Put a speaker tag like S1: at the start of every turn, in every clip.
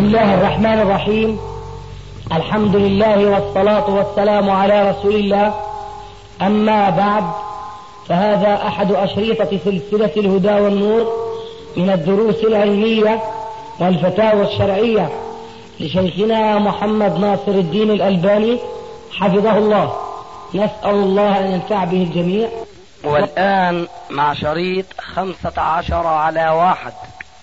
S1: الله الرحمن الرحيم. الحمد لله والصلاة والسلام على رسول الله. أما بعد، فهذا أحد أشريطة سلسلة الهدى والنور من الدروس العلمية والفتاوى الشرعية لشيخنا محمد ناصر الدين الألباني حفظه الله. نسأل الله أن ينفع به الجميع. والآن مع شريط 15:1.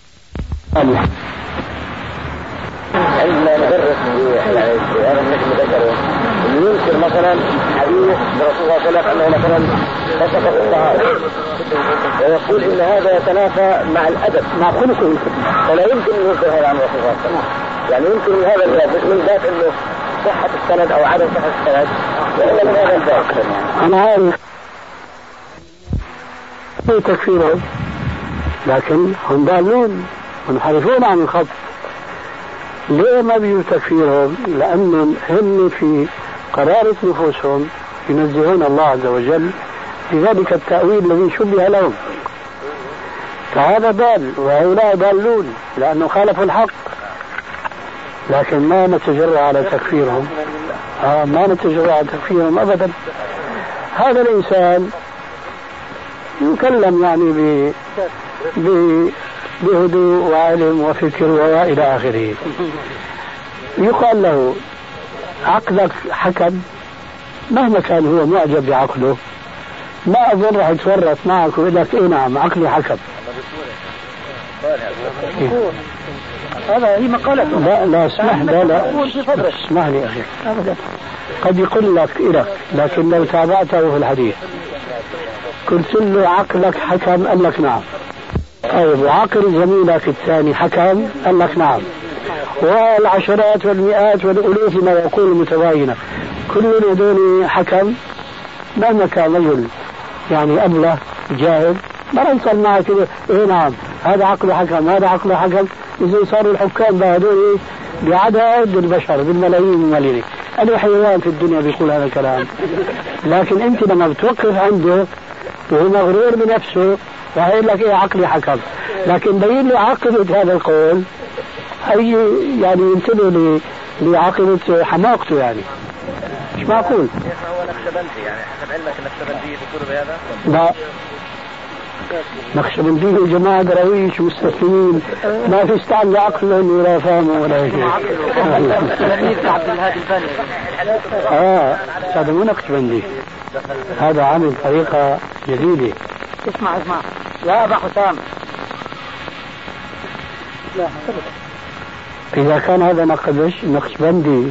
S2: عندما ندرس هذا النجم ذكره ينكر مثلا حديث برسول الله صلى الله عليه وسلم انه مثلا فسق الطهارة ويقول ان هذا يتنافى مع الادب مع خلقه، فلا يمكن ان ينكر هذا عن رسول الله صلى الله عليه وسلم. يعني يمكن من هذا الباب من باب انه صحة السند او عدم صحة السند، والا من هذا الباب.
S3: انا عارف في تكفيرهم، لكن هم ضالون منحرفون عن الخط. ليه ما بيجوا تكفيرهم؟ لأنهم هم في قرارة نفوسهم ينزهون الله عز وجل لذلك التأويل الذي شبه لهم. فهذا ضال وهؤلاء ضالون لأنه خالفوا الحق، لكن ما نتجرأ على تكفيرهم. ما نتجرأ على تكفيرهم أبدا. هذا الإنسان يكلم يعني بهدوء وعلم وفكر وإلى آخره. يقال له عقلك حكم، مهما كان هو معجب بعقله ما أظن راح يتورط معك ويقول لك إيه نعم عقلي حكم.
S2: هذا هي مقالته.
S3: لا اسمح اسمح لي أخي، قد يقول لك إلك، لكن لو تابعته في الحديث قلت له عقلك حكم قال لك نعم. طيب وعقل زميلك الثاني حكم قال لك نعم. والعشرات والمئات والألوف ما يقول متباينة، كل هذول حكم. مهما كان رجل يعني أبله جاهل ما يصل معك كده إيه نعم هذا عقله حكم هذا عقله حكم. إذا صاروا الحكام هذول بعدد البشر بالملايين الملايين، أنا حيوان في الدنيا بيقول هذا الكلام. لكن أنت لما بتوقف عنده وهو مغرور بنفسه وهيقول لك إيه عقلي حكم، لكن بين له عاقبة هذا القول أي يعني ينتبه لعاقبة حماقته، يعني مش معقول.
S2: هو نقشبندي يعني حسب علمك النقشبندية بيقولوا بهذا؟
S3: لا، نقشبندية جماعة دراويش مستسلمين ما في استعمل عقلهم ولا فهموا ولا شيء.
S2: تلاميذ عبد الهادي الباني.
S3: هذا مو نقشبندي، هذا عامل طريقة جديدة.
S2: اسمع يا أبا حسام. لا
S3: إذا كان هذا نقشبندي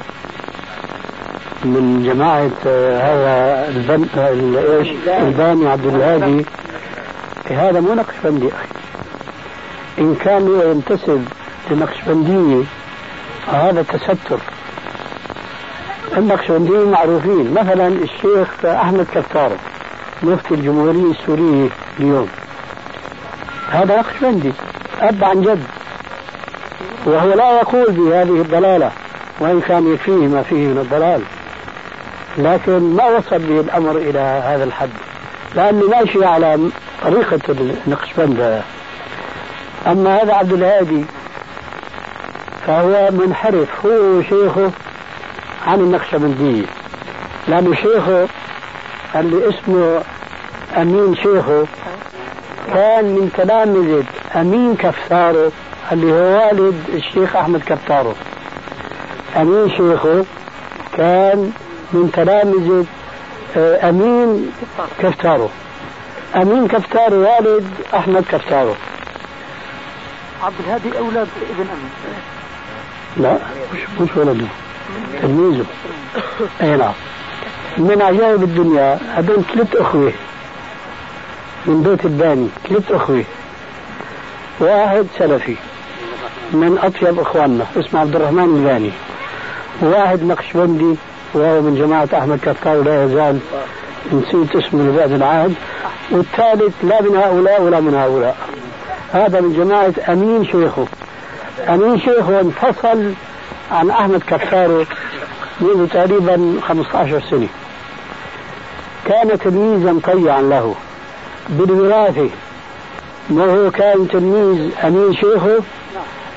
S3: من جماعة هذا الباني عبد الهادي، هذا مو نقشبندي أخي. إن كان ينتسب لنقشبندية هذا تستر. النقشبنديين معروفين، مثلا الشيخ أحمد كفتارو مفتي الجمهورية السورية اليوم، هذا نقشبندي أب عن جد، وهو لا يقول بهذه الضلالة وإن كان يكفيه ما فيه من الضلال، لكن ما وصل به الأمر إلى هذا الحد لأنه ماشي على طريقة النقشبند. أما هذا عبد الهادي فهو منحرف، هو شيخه عن النقشبندية، لأنه شيخه اللي اسمه أمين شيخه كان من تلامذة أمين كفتارو اللي هو والد الشيخ أحمد كفتارو. أمين شيخه كان من تلامذة أمين كفتارو. أمين كفتارو والد أحمد كفتارو.
S2: عبد الهادي أولاد ابن أمين؟
S3: لا مش ولده، تلميذه. أي نعم. من عجائب الدنيا هذول 3 أخوة من بيت الباني، 3 أخوة، واحد سلفي من أطيب إخواننا اسمه عبد الرحمن الباني، وواحد نقشبندي وهو من جماعة أحمد كفتارو لا يزال نسيت اسمه لبعد العهد، والثالث لا من هؤلاء ولا من هؤلاء، هذا من جماعة أمين شيخه. أمين شيخه انفصل عن أحمد كفتارو منذ تقريبا 15 سنة. كان تلميذا طيعا له بالوراثة، وهو كان تلميذ أمين شيخه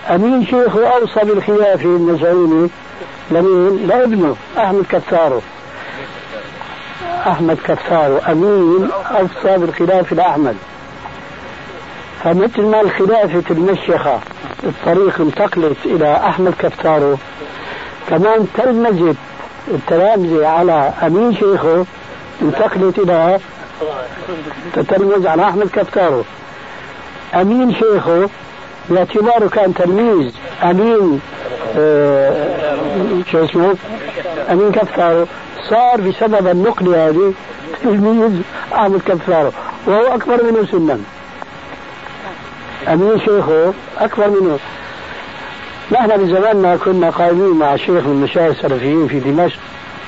S3: أمين شيخه أوصى بالخلافة المزعومة لمين؟ لابنه أحمد كفارو. أحمد كفارو أمين أوصى بالخلافة لأحمد. فمثل ما الخلافة المشيخة الطريق انتقلت إلى أحمد كفارو، كمان تلمذت التلامذة على أمين شيخه انتقلت إلى تتلمذ على أحمد كفارو. أمين شيخه باعتباره كان تلميذ أمين شو اسمه أمين كفارو، صار بسبب النقل هذه تلميذ أحمد كفارو، وهو أكبر منه سنا. أمين شيخه أكبر منه. نحن بزماننا كنا قائمين مع شيخ من المشايخ السلفيين في دمشق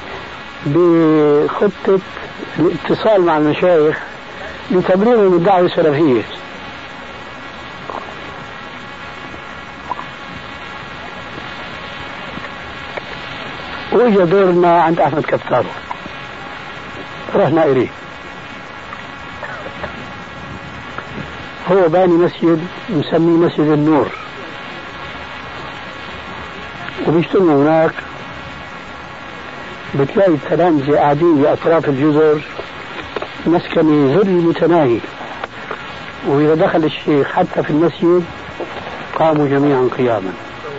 S3: بخطة الاتصال مع المشايخ لتبليغهم الدعوة السلفية. وإجا دورنا عند أحمد كفارو، رحنا إليه. هو باني مسجد نسميه مسجد النور، وبيجتمعوا هناك بتلاقي التلامذة قاعدين بأطراف الجزر، مسكن ظل متناهي، وإذا دخل الشيخ حتى في المسجد قاموا جميعا قياما،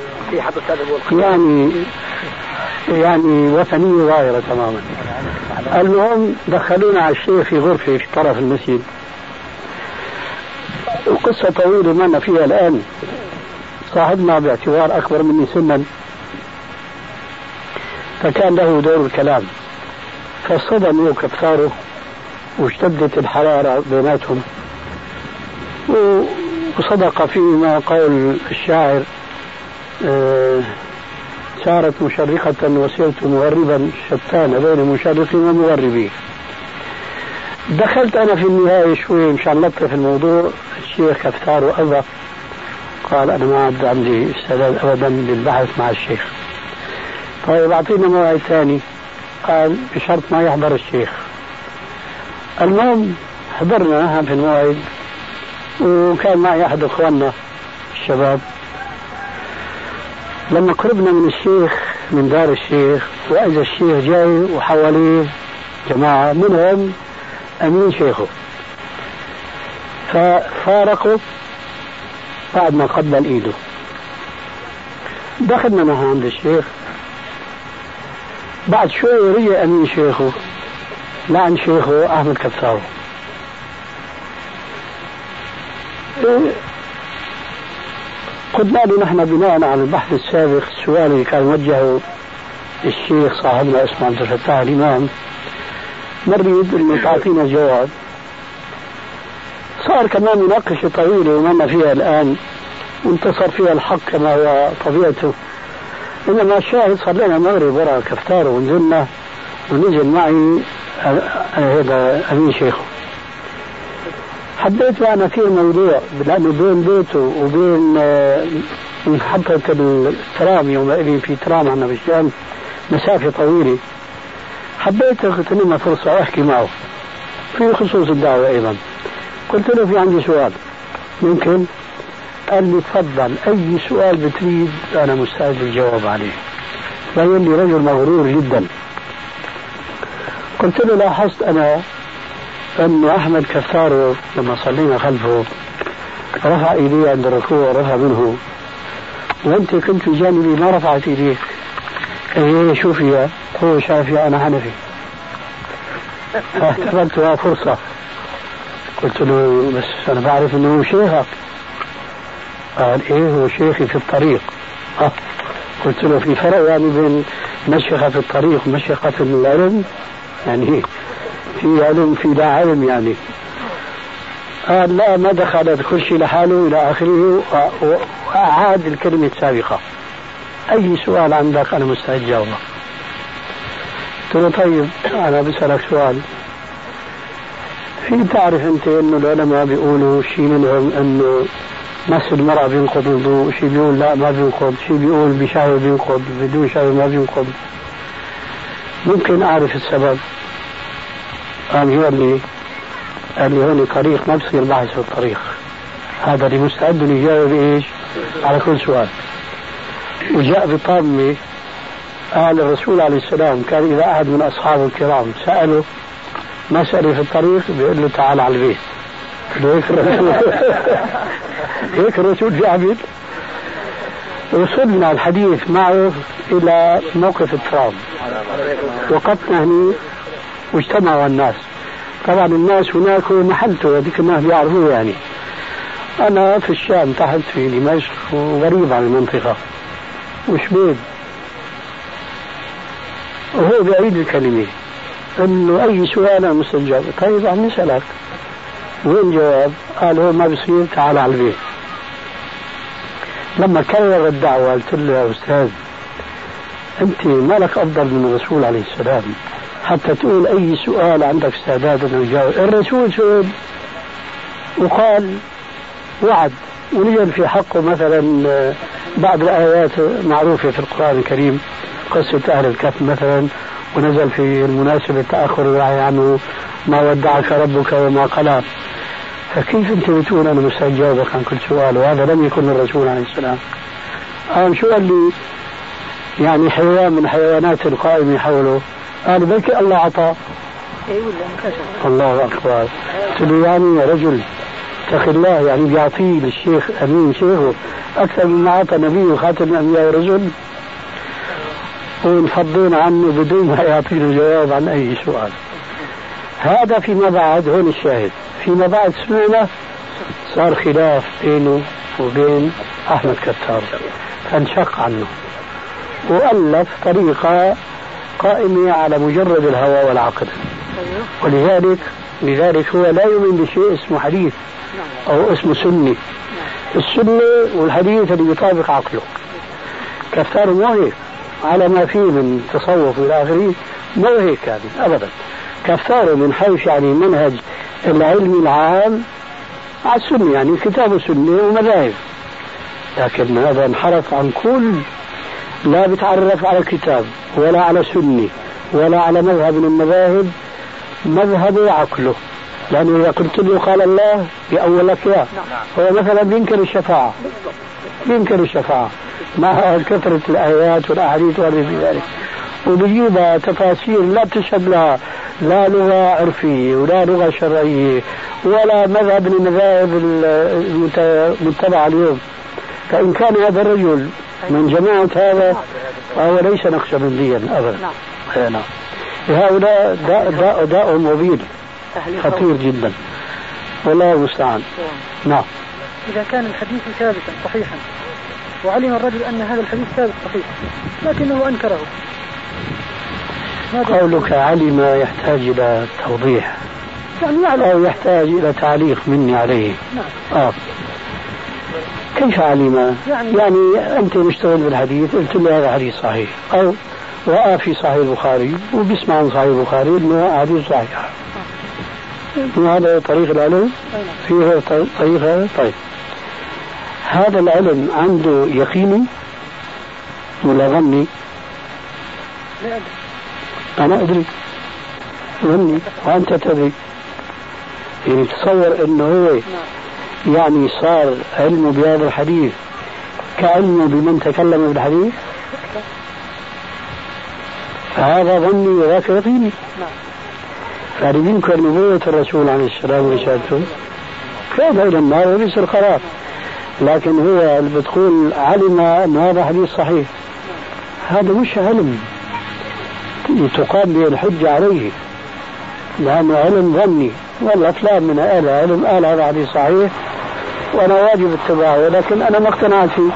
S3: يعني وثنية ظاهرة تماما. المهم دخلونا على الشيخ في غرفة في طرف المسجد، وقصة طويلة ما فيها الآن. صاحبنا باعتبار أكبر مني سنا فكان له دور الكلام، فصدموا كفاره واشتدت الحرارة بيناتهم، وصدق فيما قول الشاعر صارت مشرقة وسرت مغربا شتان بين مشرق ومغربي. دخلت أنا في النهاية شوي مشان لطف الموضوع. الشيخ كفارو أبى، قال أنا ما عاد عندي استعداد أبدا للبحث مع الشيخ. طيب أعطينا موعد ثاني، قال بشرط ما يحضر الشيخ. المهم حضرنا في الموعد، وكان معي أحد أخواننا الشباب. لما قربنا من الشيخ من دار الشيخ، وإذا الشيخ جاي وحواليه جماعة منهم أمين شيخه، ففارقوا بعد ما قبل إيده. دخلنا معه عند الشيخ، بعد شوي رجع أمين شيخه لعن شيخه أحمد كفارو. قلنا له نحن بناء على البحث السابق السؤال اللي كان وجهه الشيخ صاحبنا اسمه عبد الفتاح الإمام، نريد أن تعطينا جواب. صار كمان مناقشة طويلة ومنا فيها الآن، وانتصر فيها الحق كما هو طبيعته. إنما الشاهد صار لنا مغرب وراء كفتار ونزلنا، ونزل معي هذا أمين شيخه. حبيت أنا في الموضوع لأنه بين بيته وبين محطة الترام، يومئذ في ترام عنا بالشام مسافة طويلة. حبيت أغتنم فرصة أحكي معه في خصوص الدعوة أيضا. قلت له في عندي سؤال ممكن؟ قال لي تفضل، أي سؤال بتريد أنا مستعد للجواب عليه. فقال لي رجل مغرور جدا. قلت له لاحظت أنا أن أحمد كفارو لما صلينا خلفه رفع إيديه عند الركوع ورفع منه، وأنت كنت جانبي ما رفعت إيديك. إيه شوفي هو شافعي أنا حنفي. فاعتبرتها فرصة. قلت له بس أنا بعرف أنه هو شيخك. قال إيه هو شيخي في الطريق. قلت له في فرق يعني بين مشيخة في الطريق ومشيخة في العلم، يعني في علم في لا علم يعني. قال لا ما دخلت كل شيء لحاله إلى آخره، وأعاد الكلمة السابقة. أي سؤال عندك أنا مستعد جاوبه. قلت له طيب أنا بسألك سؤال، في تعرف أنت إنه العلماء بيقولوا شيء منهم إنه مس المرأة بينقض الوضوء، شيء بيقول لا ما بينقض، شيء بيقول بشهوة بينقض، بدون شهوة ما بينقض، ممكن أعرف السبب؟ قال لي هون طريق ما بصير بحث في الطريق، هذا اللي مستعد يجاوب إيش على كل سؤال. وجاء بطامة قال الرسول عليه السلام كان إذا أحد من أصحابه الكرام سأله مسألة في الطريق بيقول له تعال على البيت. هيك الرسول هيك الرسول بيعمل. وصلنا الحديث معه إلى موقف الترام، وقفنا هني واجتمعوا الناس. طبعا الناس هناك محلته هذيك الناس بيعرفوه يعني. أنا في الشام تحت في دمشق وغريب عن المنطقة وشبيب، وهو بيعيد الكلمة انه اي سؤال انا مستجاب. طيب عم نسألك وين جواب؟ قال هو ما بصير تعال على البيت. لما كرر الدعوة قلت له يا أستاذ أنت ما لك أفضل من الرسول عليه السلام حتى تقول أي سؤال عندك استعداد أن يجاوب. الرسول سئل وقال وعد ونزل في حقه مثلا بعض الآيات معروفة في القرآن الكريم، قصة أهل الكهف مثلا، ونزل في المناسبة تأخر الوعي عنه ما ودعك ربك وما قلى. فكيف أنت بتقول أنا مستعد جاوبك عن كل سؤال وهذا لم يكن الرسول عليه السلام؟ شو قال لي؟ يعني حيوان من حيوانات القائمة حوله. قال بلكي الله عطاه. الله أكبر. قلت له يعني يا رجل اتق الله، يعني بيعطيه للشيخ أمين شيخه أكثر مما أعطى نبيه خاتم الأنبياء ورسل، ونفضون عنه بدون ما يعطينا جواب عن أي سؤال. هذا فيما بعد. هون الشاهد، فيما بعد سمعنا صار خلاف بينه وبين أحمد كتار فانشق عنه وألف طريقة قائمة على مجرد الهوى والعقل. ولذلك هو لا يؤمن بشيء اسمه حديث أو اسمه سنة. السنة والحديث اللي يطابق عقله. كتار مو هيك على ما فيه من تصوف إلى آخره، مو هيك يعني أبدا. كتار من حيث يعني منهج العلم العام على السنة، يعني كتاب السنة ومذاهب، لكن هذا انحرف عن كل، لا بيتعرف على كتاب ولا على سنة ولا على مذهب من المذاهب، مذهب عقله. لأنه إذا قلت له قال الله بأول لك يا هو مثلا بينكر الشفاعة مع كثرة الآيات والأحاديث وغير ذلك، وبيجيبها تفاسير لا تشهد لها لا لغة عرفية ولا لغة شرعية ولا مذهب من المذاهب المتبعة اليوم. فإن كان هذا الرجل من جماعة هذا فهو ليس نقشبنديا أبدا. نعم. هؤلاء داء وبيل خطير جدا، والله المستعان. نعم.
S4: إذا كان الحديث ثابتا صحيحا وعلم الرجل أن هذا الحديث ثابت صحيح لكنه أنكره،
S3: قولك علم يحتاج إلى توضيح يعني أو يحتاج إلى تعليق مني عليه.
S4: نعم.
S3: كيف علم؟ يعني أنت مشتغل بالحديث قلت له هذا حديث صحيح، أو رأى في صحيح البخاري وبيسمع عن صحيح البخاري أنه حديث صحيح. هذا طريق العلم فيه طريق هذا. طيب هذا العلم عنده يقيني ولا ظني؟ أنا أدري ظني وأنت تدري. يعني تصور أنه هو يعني صار علمه بهذا الحديث كعلمه بمن تكلم بالحديث، فهذا ظني وذاك يقيني. فهذا ينكر نبوة الرسول عليه السلام ورسالته كان إلى النار وبئس القرار. لكن هو اللي بتقول علم أن هذا حديث صحيح، هذا مش علم تقام به الحجة عليه، لأنه علم ظني. والله فلان من أهل علم قال هذا حديث صحيح وأنا واجب اتباعه، ولكن أنا ما اقتنعت فيه،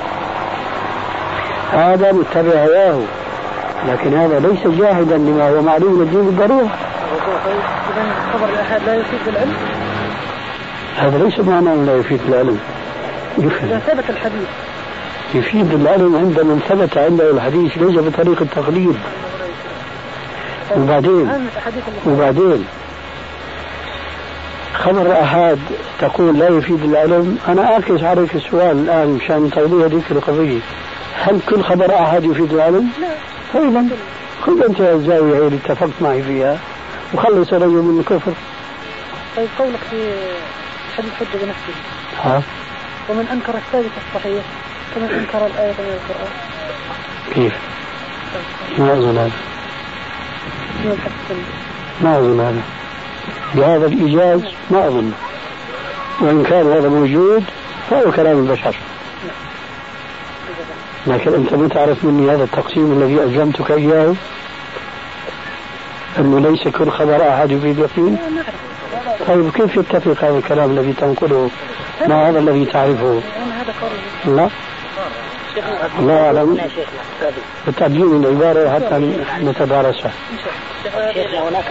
S3: هذا متبع هواه، لكن هذا ليس جاهدا لما هو معلوم الدين بالضرورة.
S4: إذن خبر الأحد لا يفيد العلم؟
S3: هذا ليس معناه لا يفيد العلم.
S4: إذا ثبت الحديث
S3: يفيد العلم عند من ثبت عنده الحديث ليس بطريقة التقليد. وبعدين خبر أحد تقول لا يفيد العلم. أنا أعكس عليك السؤال الآن مشان توضيح هذه القضية، هل كل خبر أحد يفيد العلم؟ لا. طيب خذ أنت الزاوية اللي اتفقت معي فيها وخلص الرجل من الكفر.
S4: طيب قولك في حديث حجة بنفسه ومن أنكر الثابت الصحيح كمن أنكر الآية من القرآن.
S3: كيف؟ ما أظن هذا. ما أظن هذا بهذا الإيجاز، ما أظن. وإن كان هذا موجود فهو كلام البشر، لكن أنت ما تعرف مني هذا التقسيم الذي ألزمتك إياه، أنه ليس كل خبر أحد يفيد يقين. طيب كيف يتفق هذا الكلام الذي تنقله مع هذا الذي تعرفه؟ لا، الله أعلم. بتعديل العبارة حتى نتدارسها.
S2: شيخنا هناك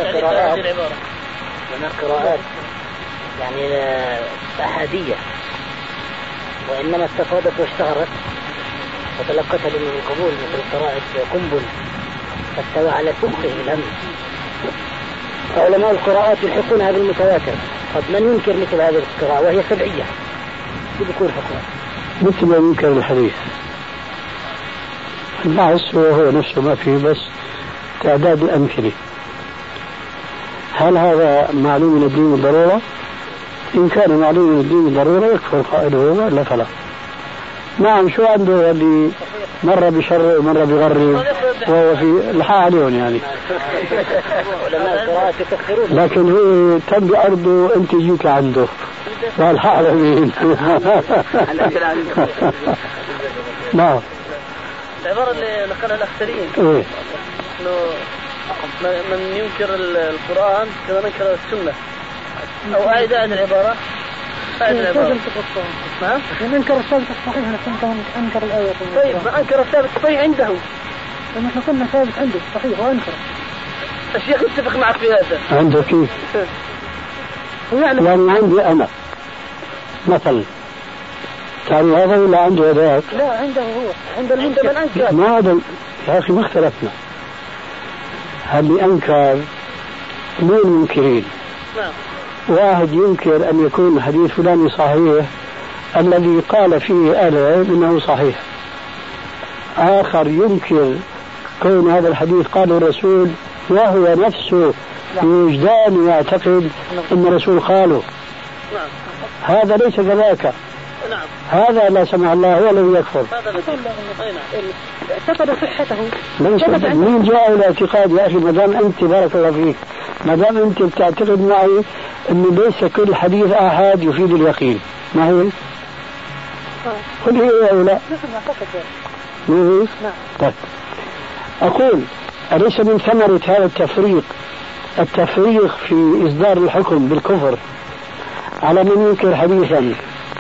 S2: قراءات يعني أحادية وإنما استفادت واشتهرت وتلقتها من القبول، مثل قراءة قنبل فاستوى على سقفه الهم. علماء القراءات يلحقونها بالمتواتر. قد من ينكر مثل هذه القراءة وهي سبعية بكل حكمها
S3: مثل ما ينكر الحديث. البحث هو نفسه ما فيه بس تعداد الأمثلة. هل هذا معلوم من الدين بالضرورة؟ إن كان معلوم من الدين بالضرورة يكفر قائله ولا فلا. نعم، شو عنده اللي مرة بشر ومرة بغر وهو في الحق عليهم يعني. لكن هو تم بأرضه أنت جيت عنده والحق على مين؟ نعم.
S5: العبارة اللي نقلها الأخسرين إنه من ينكر القرآن كما ننكر السنة أو أعيد العبارة.
S4: نعم. من أنكر الثابت الصحيح نحن أنكر الآية.
S5: طيب ما أنكر الثابت الصحيح عنده.
S4: نحن قلنا ثابت عنده صحيح وأنكر.
S5: الشيخ يتفق معك في هذا.
S3: عنده كيف؟ يعني عندي أنا مثلا تعرف هذا ولا عنده ذاك؟
S4: لا عنده هو، عند من أنكر.
S3: ما هذا يا أخي ما اختلفنا. هل أنكر مو المنكرين.
S5: نعم.
S3: واحد ينكر أن يكون حديث فلان صحيح الذي قال فيه أهل العلم أنه صحيح. آخر ينكر كون هذا الحديث قاله الرسول وهو نفسه بوجدان يعتقد أن الرسول قاله.
S5: نعم.
S3: هذا ليس كذاك.
S5: نعم.
S3: هذا لا سمح الله هو الذي يكفر.
S4: اعتقد صحته.
S3: مين جاء إلى اعتقاد يا أخي؟ ما دام أنت بارك الله فيك، ما دام أنت بتعتقد معي أنه ليس كل حديث أحد يفيد اليقين، ما هي؟ قل هي أو لا؟ نعم. طيب أقول أليس من ثمرة هذا التفريق في إصدار الحكم بالكفر على من ينكر حديثا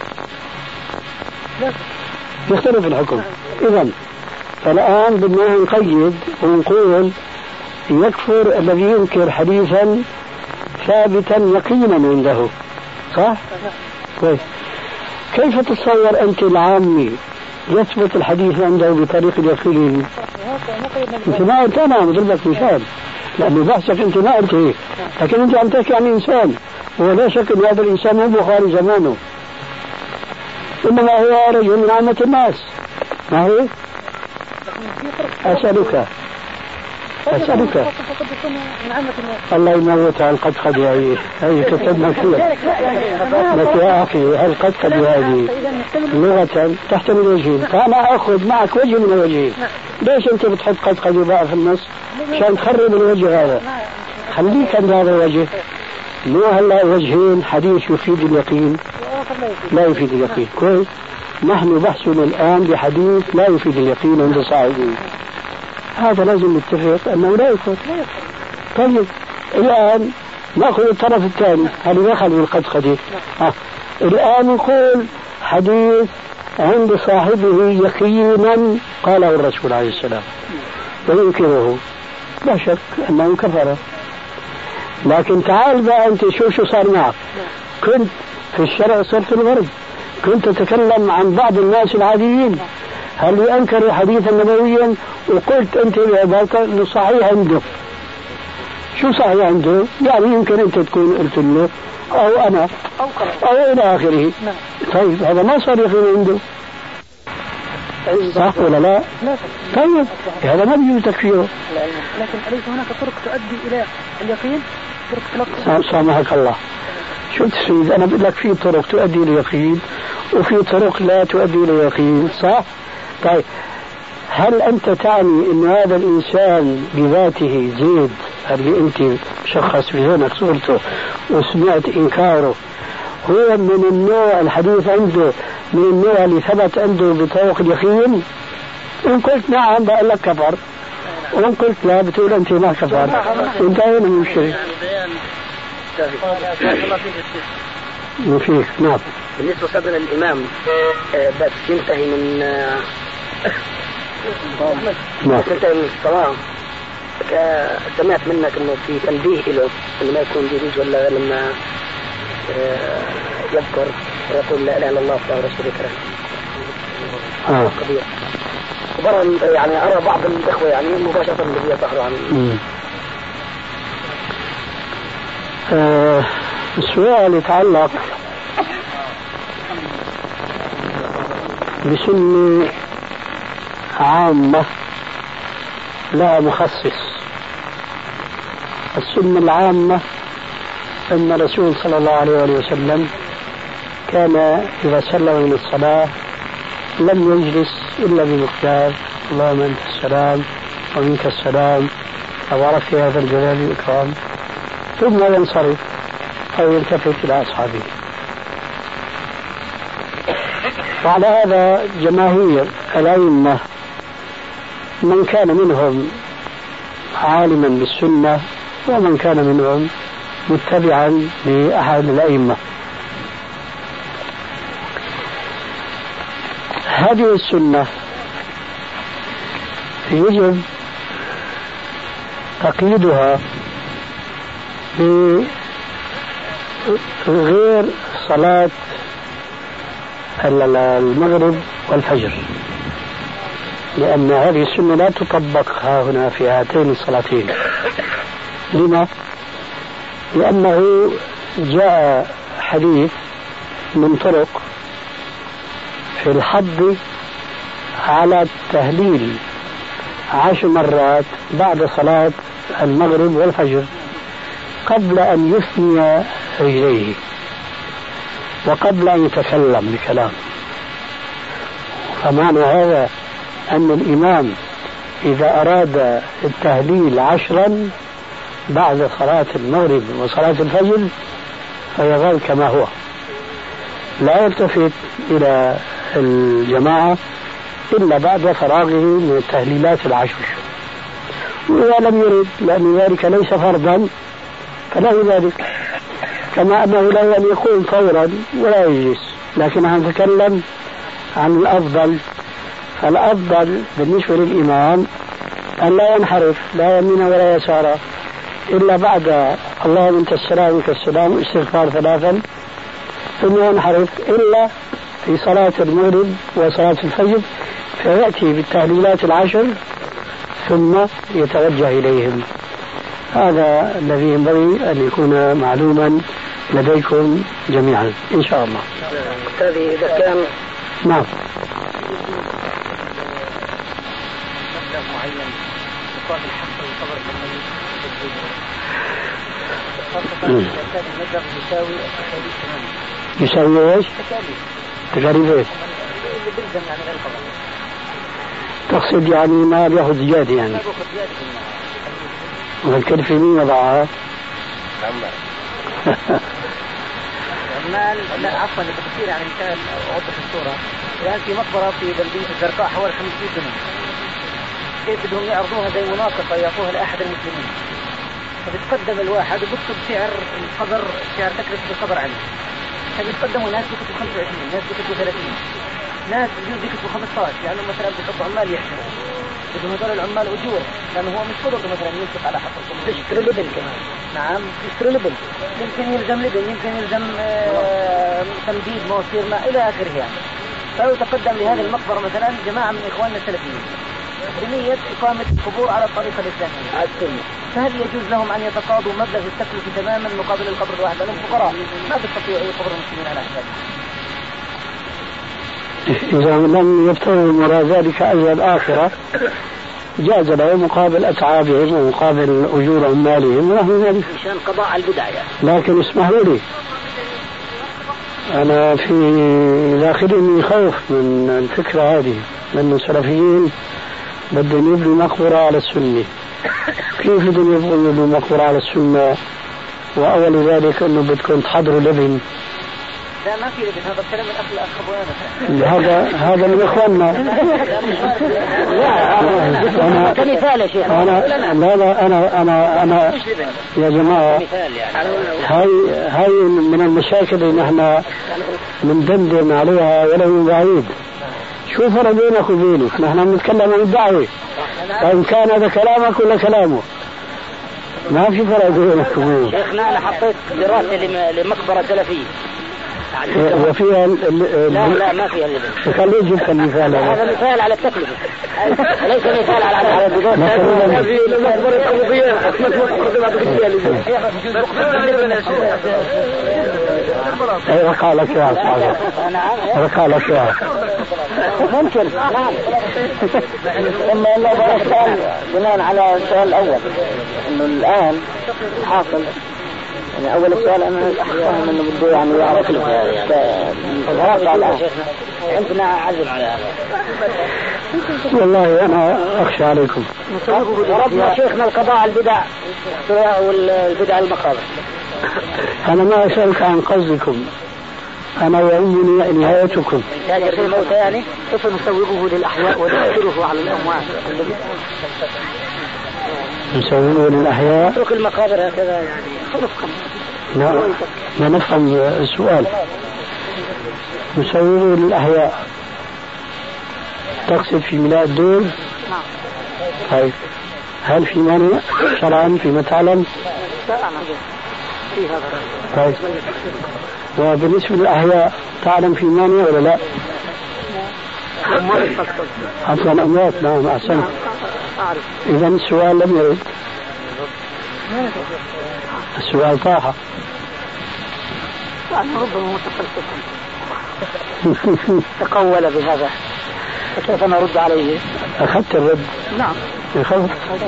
S3: يختلف الحكم؟ إذن فالآن بدنا نقيد ونقول يكفر الذي ينكر حديثا ثابتا يقينا عنده، صح؟ كويس. كيف تتصور أنت العامي يثبت الحديث عنده بطريق اليقين؟ أنت ما قلت، أنا أضرب لك مثال لأنه بحثك أنت ما قلت هيك، لكن أنت عم تحكي عن إنسان ولا شك أن هذا الإنسان مو بخاري زمانه، إنما هو رجل من عامة الناس. ما هو؟ أسألك الله يموت على القد هذه كتبنا فيها لك يا أخي. هل قد هذه لغة تحتمل وجهين، فأنا أخذ معك وجه من الوجهين. ليش أنت بتحط قد بقى في النص عشان تخرب الوجه هذا؟ خليك عند هذا الوجه. مو هلا وجهين، حديث يفيد اليقين لا يفيد اليقين. كويس. نحن بحثنا الآن بحديث لا يفيد اليقين عند صاحبه، هذا لازم نتفق أنه لا يكفر. طيب الآن نأخذ الطرف الثاني هل دخل بالقدقدة. الآن نقول حديث عند صاحبه يقينا قاله الرسول عليه السلام وينكره، لا شك أنه كفر. لكن تعال بقى أنت شو صار معك؟ كنت في الشرع صرت الغرب، كنت تتكلم عن بعض الناس العاديين هل ينكر حديثا نبويا وقلت أنت بعبارك أنه صحيح عنده. شو صحيح عنده؟ يعني يمكن أنت تكون قلت له أو أنا أو إلى آخره. طيب هذا ما صار يقين عنده، صح ولا لا؟ طيب هذا ما بيجوز تكفيره.
S4: لكن أليس هناك طرق تؤدي إلى اليقين؟ طرق تلقي.
S3: سامحك الله، شو تفيد؟ أنا بقول لك في طرق تؤدي إلى اليقين وفي طرق لا تؤدي إلى اليقين، صح؟ طيب هل أنت تعني أن هذا الإنسان بذاته زيد اللي أنت مشخص بذهنك صورته وسمعت إنكاره هو من النوع الحديث عنده من النوع اللي ثبت عنده بطرق اليقين؟ إن قلت نعم بقول لك كفر، وإن قلت لا بتقول أنت ما كفر، انتهينا من الشيء. وفيك نعم.
S2: بالنسبة صدر الإمام بس ينتهي من تنتهي من الصلاة، سمعت منك انه في تنبيه له انه ما يكون بيجوز ولا لما يذكر ويقول لا اله الا الله وحده لا شريك له. قضية وبرا يعني ارى بعض الاخوة يعني مباشرة اللي بيظهروا عن
S3: السؤال يتعلق بسنة عامة لا مخصص. السنة العامة أن الرسول صلى الله عليه وسلم كان إذا سلم من الصلاة لم يجلس إلا بمقدار اللهم أنت السلام ومنك السلام تبارك يا ذا الجلال والإكرام، ثم ينصرف أو يلتفت إلى أصحابه. وعلى هذا جماهير الأئمة من كان منهم عالما بالسنة ومن كان منهم متبعا لأحد الأئمة. هذه السنة يجب تقييدها بغير صلاة المغرب والفجر، لأن هذه السنة لا تطبق ها هنا في هاتين الصلاتين. لما؟ لأنه جاء حديث من طرق في الحض على التهليل 10 مرات بعد صلاة المغرب والفجر قبل أن يثني رجليه وقبل أن يتكلم بكلام. فمعنى هذا أن الإمام إذا أراد التهليل 10 بعد صلاة المغرب وصلاة الفجر فيظل كما هو، لا يلتفت إلى الجماعة إلا بعد فراغه من التهليلات 10. وإذا لم يرد لأن ذلك ليس فرضا فله ذلك، كما أنه لا أن يقوم فورا ولا يجلس. لكن أنا أتكلم عن الأفضل، فالأفضل بالنسبة للإمام أن لا ينحرف لا يمين ولا يسار إلا بعد اللهم أنت السلام ومنك السلام استغفار 3، ثم ينحرف إلا في صلاة المغرب وصلاة الفجر فيأتي بالتهليلات 10 ثم يتوجه إليهم. هذا الذي ينبغي أن يكون معلوما لديكم جميعا إن شاء الله.
S2: أستاذي إذا كان
S3: نعم يساوي ايش؟ تكاليف ايش؟ تقصد يعني ما بياخذ زيادة يعني؟ والكلفة مين وضعها؟
S2: عمال لا عفوا لتفسير يعني مثال اوضح الصورة. الان في مقبرة في بلدية الزرقاء حوالي 500 دنم، كيف بدهم يعرضوها زي مناقصة يعطوها لأحد المسلمين، فبتقدم الواحد وبكتب سعر القبر، سعر تكلفة القبر عليه، فبيتقدموا ناس بكتبوا 25، ناس بكتبوا 30، ناس بكتبوا 15، يعني مثلا بيحطوا عمال يحشروا بدهم هذول العمال أجور، لأنه هو مش قدرته مثلا ينفق على حفظهم. تشتري لبن كمان. نعم تشتري لبن، يمكن يلزم لبن، يمكن يلزم تمديد مواسير ماء إلى آخره يعني. فيتقدم لهذه المقبرة مثلا جماعة من إخواننا السلفيين بنية إقامة القبور على الطريقة الإسلامية، فهل يجوز لهم أن يتقاضوا مبلغ التكلفة تماما مقابل القبر الواحد؟ لأنهم فقراء ما بيستطيعوا يقبروا المسلمين على حسابهم.
S3: إذا لم يبتغوا وراء ذلك أجر الآخرة جاز له مقابل أتعابهم ومقابل أجور عمالهم ونحو ذلك،
S2: مشان قضاء البدع يعني.
S3: لكن اسمحوا لي أنا في داخلي خوف من الفكرة هذه، لأن السلفيين بدهم يبنوا مقبرة على السنة. كيف بدهم يبنوا مقبرة على السنة وأول ذلك أنه بدكم تحضروا لبن؟
S5: لا ما في لبن، هذا الكلام من أخ
S3: هذا من إخواننا.
S1: لا كمثال يا شيخ.
S3: أنا يا جماعة هاي من المشاكل اللي نحن بندندن عليها ولو من بعيد. شو فرق بينك وبينك؟ نحن بنتكلم عن الدعوة، فإن كان هذا كلامك ولا كلامه ما في فرق بينك وبينه.
S1: شيخنا أنا حطيت دراسة لمقبرة سلفية
S3: وفيها
S1: لا ما فيها اللبن.
S3: خليه يجيب المثال.
S1: هذا مثال على التكلفة وليس مثال على الدجاج.
S3: رقع لك يا أصحابي، رقع لك يا
S1: ممكن. نعم. إما الله بارك بناء على السؤال الأول إنه الآن حاصل يعني أول السؤال أنا أفهم إنه بده يعني يعرف الغرض عندنا عزم على هذا.
S3: والله أنا أخشى عليكم.
S1: ربنا شيخنا القضاء على البدع والبدع المقابر.
S3: أنا ما أسألك عن قصدكم، أنا يهمني نهايتكم.
S1: تاجر في الموتى يعني كيف نسوقه للأحياء ونذكره على الأموات؟
S3: نسوقه للأحياء؟
S1: نترك المقابر هكذا يعني نفهم.
S3: لا نفهم السؤال. نسوقه للأحياء تقصد في ميلاد دول؟
S1: نعم.
S3: طيب هل في مانع شرعا فيما تعلم؟
S1: لا أنا في هذا.
S3: طيب وبالنسبة للأحياء تعلم في مانع ولا لا؟ أصلا أموات. نعم أحسنت. إذا السؤال لم يرد، السؤال طاح.
S1: ربما تقول بهذا فكيف نرد عليه؟
S3: أخذت الرد.
S1: نعم.
S3: قلت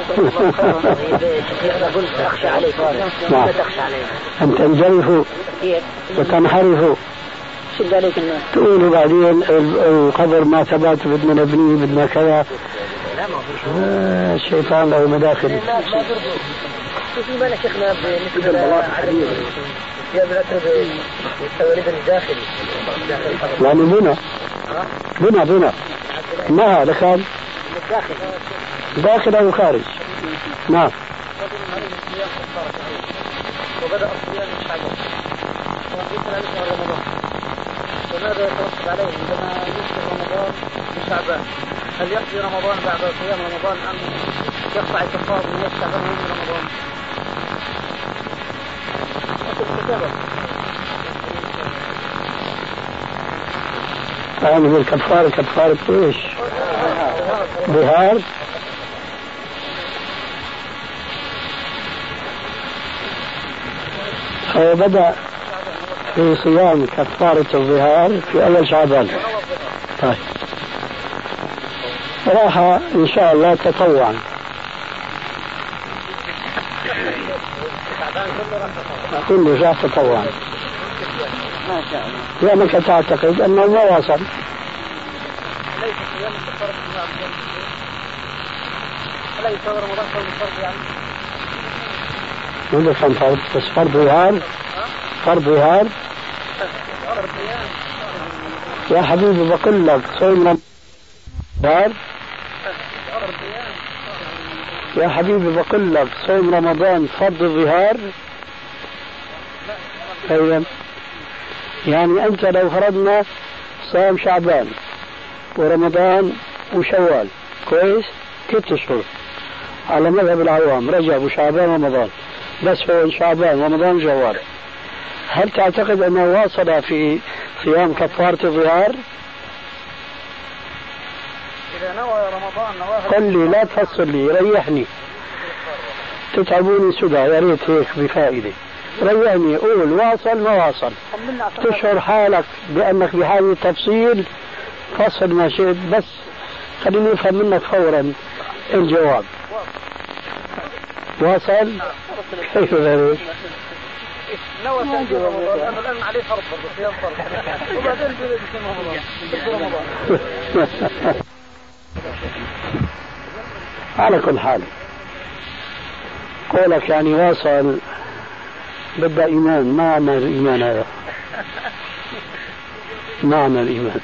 S1: أخشى عليك.
S3: نعم. أن تنجرفوا وتنحرفوا.
S1: شو ذلك الناس
S3: تقولوا بعدين القبر ما ثبت بدنا نبنيه بدنا كذا. الشيطان له مداخل.
S1: في بالك شيخنا بالنسبة للحديث يا بالأسف التوريد الداخلي
S3: يعني بنا ما هذا كان داخل أو خارج. نعم.
S1: وبدأ الصيام من شعبان ويسأل عليه شهر رمضان وماذا يترتب عليه عندما يصبح رمضان من شعبان؟ هل يقضي رمضان بعد صيام رمضان أم يقطع الكفار من شعبان من رمضان؟
S3: يعني بالكفارة كفارة ايش؟ ظهار. بدأ في صيام كفارة الظهار في أول شعبان. طيب راح إن شاء الله تطوعا. كله راح تطوعا.
S1: ما شاء الله.
S3: لأنك تعتقد أنه ما وصل. ماذا كان فرض؟ بس فرض ظهار. فرض ظهار يا حبيبي بقول لك صوم رمضان. يا حبيبي بقول لك صوم رمضان فرض ظهار. أيضا يعني أنت لو فرضنا صام شعبان ورمضان وشوال كويس 6 أشهر على مذهب العوام، رجب وشعبان ورمضان، بس هو شعبان ورمضان وشوال، هل تعتقد أنه واصل في صيام كفارة الظهار؟
S1: إذا نوى رمضان نواه.
S3: قل لي لا تفصل لي، ريحني، تتعبوني سدى، يا ريت هيك بفائدة. ريحني، قول واصل ما واصل، تشعر حالك بأنك بحاجة تفصيل، فصل ما شئت، بس خليني أفهم منك فورا الجواب. واصل؟ كيف ذلك؟
S5: نوى تأجيل رمضان لأنه الآن عليه فرض برضه صيام فرض وبعدين بيصير رمضان.
S3: على كل حال قولك يعني واصل بدأ إيمان. ما معنى الإيمان هذا؟ معنى الإيمان.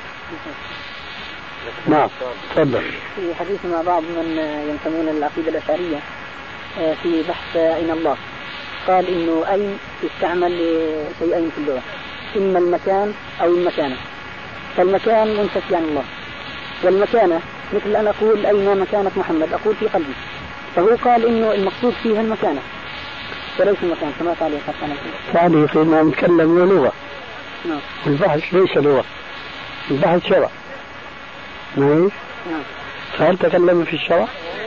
S3: نعم تفضل.
S6: في حديث مع بعض من ينتمون للعقيدة الأشعرية في بحث أين الله، قال إنه أين يستعمل لشيئين في اللغة، إما المكان أو المكانة. فالمكان منتفي عن الله، والمكانة مثل أن أقول أين مكانة محمد، أقول في قلبي. فهو قال إنه المقصود فيها المكانة وليس المكان كما قال يحسن.
S3: يعني فيما نتكلم لغة. البحث ليس لغة، البحث شرع. نعم. فهل تكلم في الشرع؟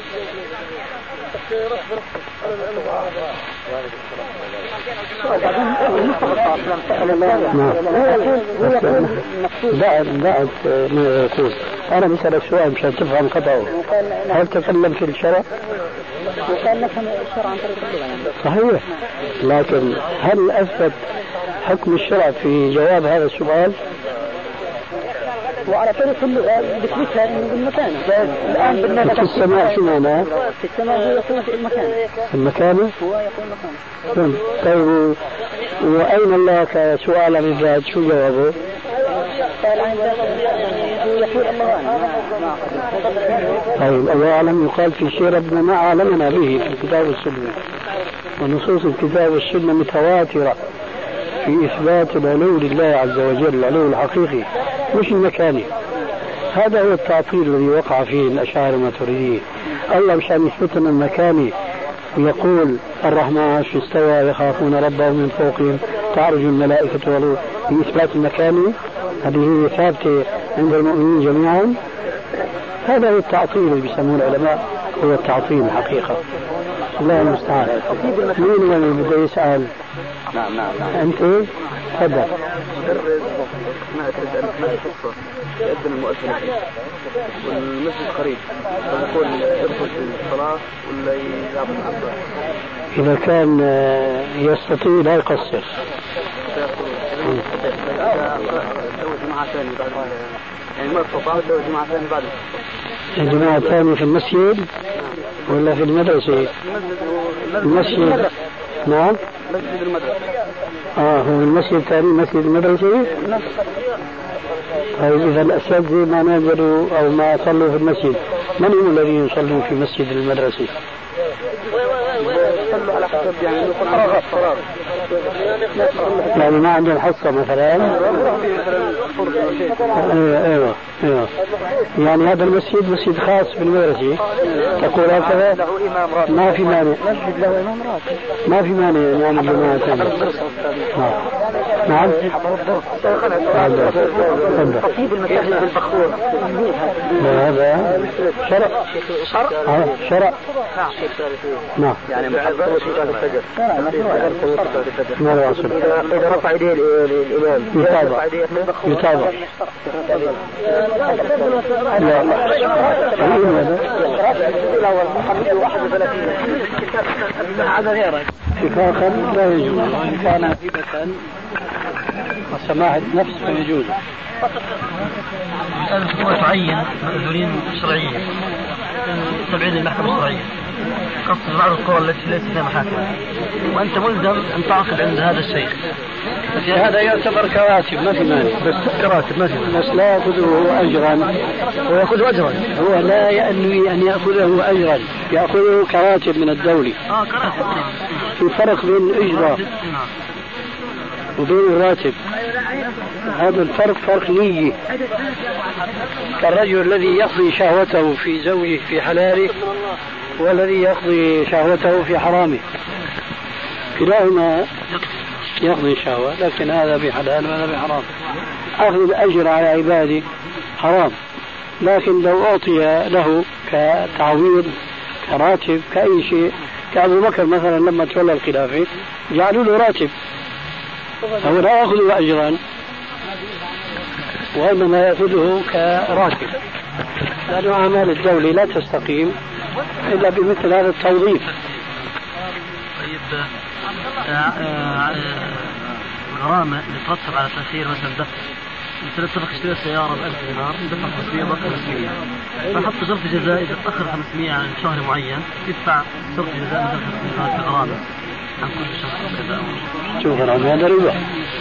S3: بعد ما يقول أنا بسألك سؤال مشان تفهم خطأه. هل تكلم في الشرع؟
S6: وقال نفهم الشرع عن طريق اللغة.
S3: صحيح، لكن هل أثبت حكم الشرع في جواب هذا السؤال؟
S6: وعلى طريق اللغة بتثبتها إنه بالمكانة. الآن
S3: في السماء شو معناه؟
S6: في السماء هو يقول في المكانة.
S3: المكانة؟
S6: هو يقول مكانة.
S3: طيب وأين الله كسؤال عن الذات شو جوابه؟
S6: قال عن يقول الله أعلم.
S3: طيب الله أعلم يقال في شيء ربنا ما أعلمنا به في الكتاب والسنة، ونصوص الكتاب والسنة متواترة في إثبات العلو لله عز وجل، العلو الحقيقي مش المكاني. هذا هو التعطيل الذي وقع فيه الأشاعرة الماتريدية. الله مشان يثبت لنا المكاني ويقول الرحمن عرش استوى يخافون ربهم من فوقهم تعرج الملائكة والروح، بإثبات المكاني هذه هي ثابتة عند المؤمنين جميعا. هذا هو التعطيل اللي بيسموه العلماء، هو التعطيل الحقيقة. الله المستعان. مين اللي بده يسأل؟
S2: نعم.
S3: أنت تفضل.
S2: مدرس ما تسأل ما القصة يأذن المؤذن والمسجد قريب، فنقول يدخل في الصلاة ولا يأخذ الصلاة؟
S3: إذا كان يستطيع لا يقصر.
S2: جماعة ثانية بعد يعني ما استطاع جماعة ثانية بعد
S3: الجماعة الثانية في المسجد ولا في المدرسة؟ المسجد. نعم.
S2: مسجد المدرسة.
S3: هو المسجد الثاني مسجد المدرسة. طيب إذا الأساتذة ما نزلوا أو ما صلوا في المسجد، من هم الذين يصلون في مسجد المدرسة؟
S2: صلوا على حسب يعني فراغ.
S3: يعني ما عندهم حصة مثلا. ايوه يعني هذا المسجد مسجد خاص بالمدرسة تقول هكذا. ما في مانع.
S6: مسجد له إمام راتب.
S3: ما في مانع يعني جماعة ثانية. نعم.
S6: تطيب المساجد بالبخور.
S3: هذا شرع. نعم.
S2: يعني محبة وشيء الفجر.
S3: ما واصل.
S2: إذا رفع يديه الإمام
S3: يتابع. اتفاقا لا يجوز، إن كان هبة وسماحة نفس فيجوز.
S1: هو تعين مأذونين شرعيين تبعين المحكمة الشرعية، قصد بعض القوى التي ليست فيها محاكم، وأنت ملزم أن تعقد عند هذا الشيخ.
S3: هذا يعتبر كراتب ما في مانع، بس كراتب ما في مانع، بس لا يأخذه أجرا.
S1: ويأخذ أجرا،
S3: هو لا ينوي أن يأخذه أجرا، يأخذه كراتب من الدولة.
S1: كراتب.
S3: في فرق بين الأجرة وبين الراتب. هذا الفرق فرق نية، كالرجل الذي يقضي شهوته في زوجه في حلاله والذي يقضي شهوته في حرامه، كلاهما يقضي شهوة، لكن هذا بحلال وهذا بحرام. أخذ الأجر على عباده حرام، لكن لو أعطي له كتعويض كراتب كأي شيء، كأبو بكر مثلا لما تولى الخلافة جعلوا له راتب، فهو لا يأخذ أجرا وإنما يأخذه كراتب، لأن أعمال الدولة لا تستقيم إلا بمثل هذا التوظيف.
S7: طيب غرامة بترتب على تأخير مثلا دفع، مثلا اتفق اشتري سيارة ب1000 دينار دفع 500 ضغط 500، فحط شرط جزاء إذا تأخر 500 عن شهر معين يدفع شرط جزاء مثلا 500 كغرامة عن كل شهر جزاء.
S3: شو غرامة؟ هذا ربا.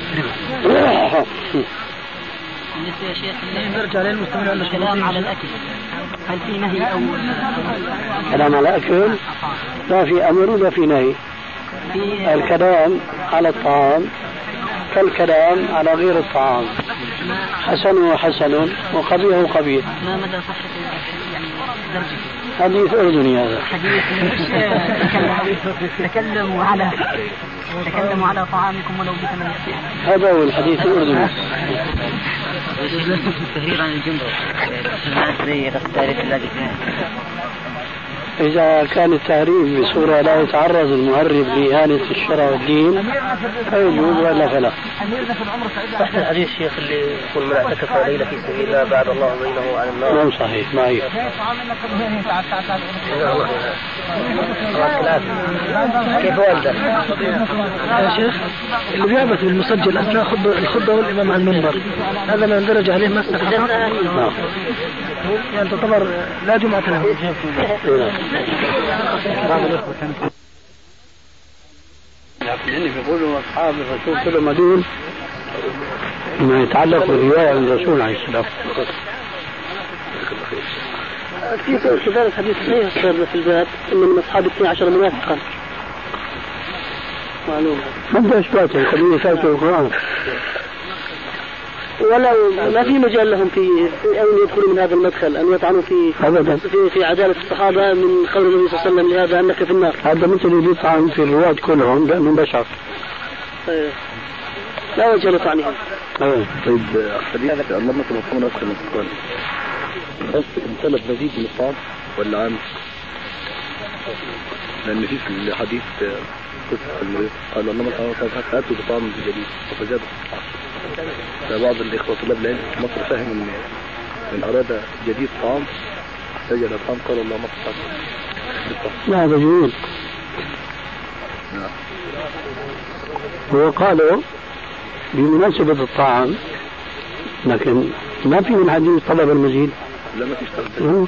S6: بالنسبة يا شيخ
S4: نرجع للمستمع على
S6: الكلام على الأكل، هل في نهي أو
S3: كلام على الأكل؟ لا في أمر ولا في نهي. الكلام على الطعام كالكلام على غير الطعام، حسن حسن وقبيح قبيح.
S6: ما مدى صحة يعني درجته؟
S3: حديث أردني هذا.
S6: حديث تكلموا على طعامكم ولو بثمن يسير.
S3: هذا هو الحديث الأردني.
S6: التهرير عن الجمرة زي التاريخ الذي
S3: إذا كان التهريب بصورة لا يتعرض المهرب لإهانة الشرع والدين فيجوز ولا فلا.
S2: صح الحديث الشيخ اللي يقول من اعتكف ليلة في سبيل الله بعد الله بينه عن النار.
S3: نعم صحيح معي.
S2: كيف والده
S4: يا شيخ اللي بيعبث بالمسجل أثناء الخطبة والإمام على المنبر هذا ما يندرج عليه مسجد حرام؟ يعني تعتبر لا جمعة له.
S3: يعني بيقولوا أصحاب الرسول كلهم هذول ما يتعلق بالرواية عن الرسول عليه السلام.
S6: في كذلك حديث صحيح في الباب إن من أصحاب 12 منافقا. معلومة.
S3: ما بدي أثباته خليني فاتوا القرآن.
S6: ولا ما في مجال لهم في أن يدخلوا من هذا المدخل أن يطعنوا في عدالة الصحابة من قول النبي صلى الله عليه وسلم لهذا أنك في النار.
S3: هذا مثل اللي يطعن في الرواة كلهم لأنهم بشر.
S6: لا وجه لطعنهم.
S2: طيب حديث اللهم صل وسلم على القرآن بس امتلك مزيد من الطعام ولا عام؟ لأن في الحديث قصة المريض قال اللهم صل وسلم فأتوا بطعام جديد فزاد فبعض الإخوة طلاب العلم في مصر فهم من أراد جديد طعام احتاج إلى طعام قال الله ما استطاع.
S3: لا هذا جميل. هو قالوا بمناسبة الطعام لكن ما في من حديث طلب المزيد.
S2: لا ما فيش طلب.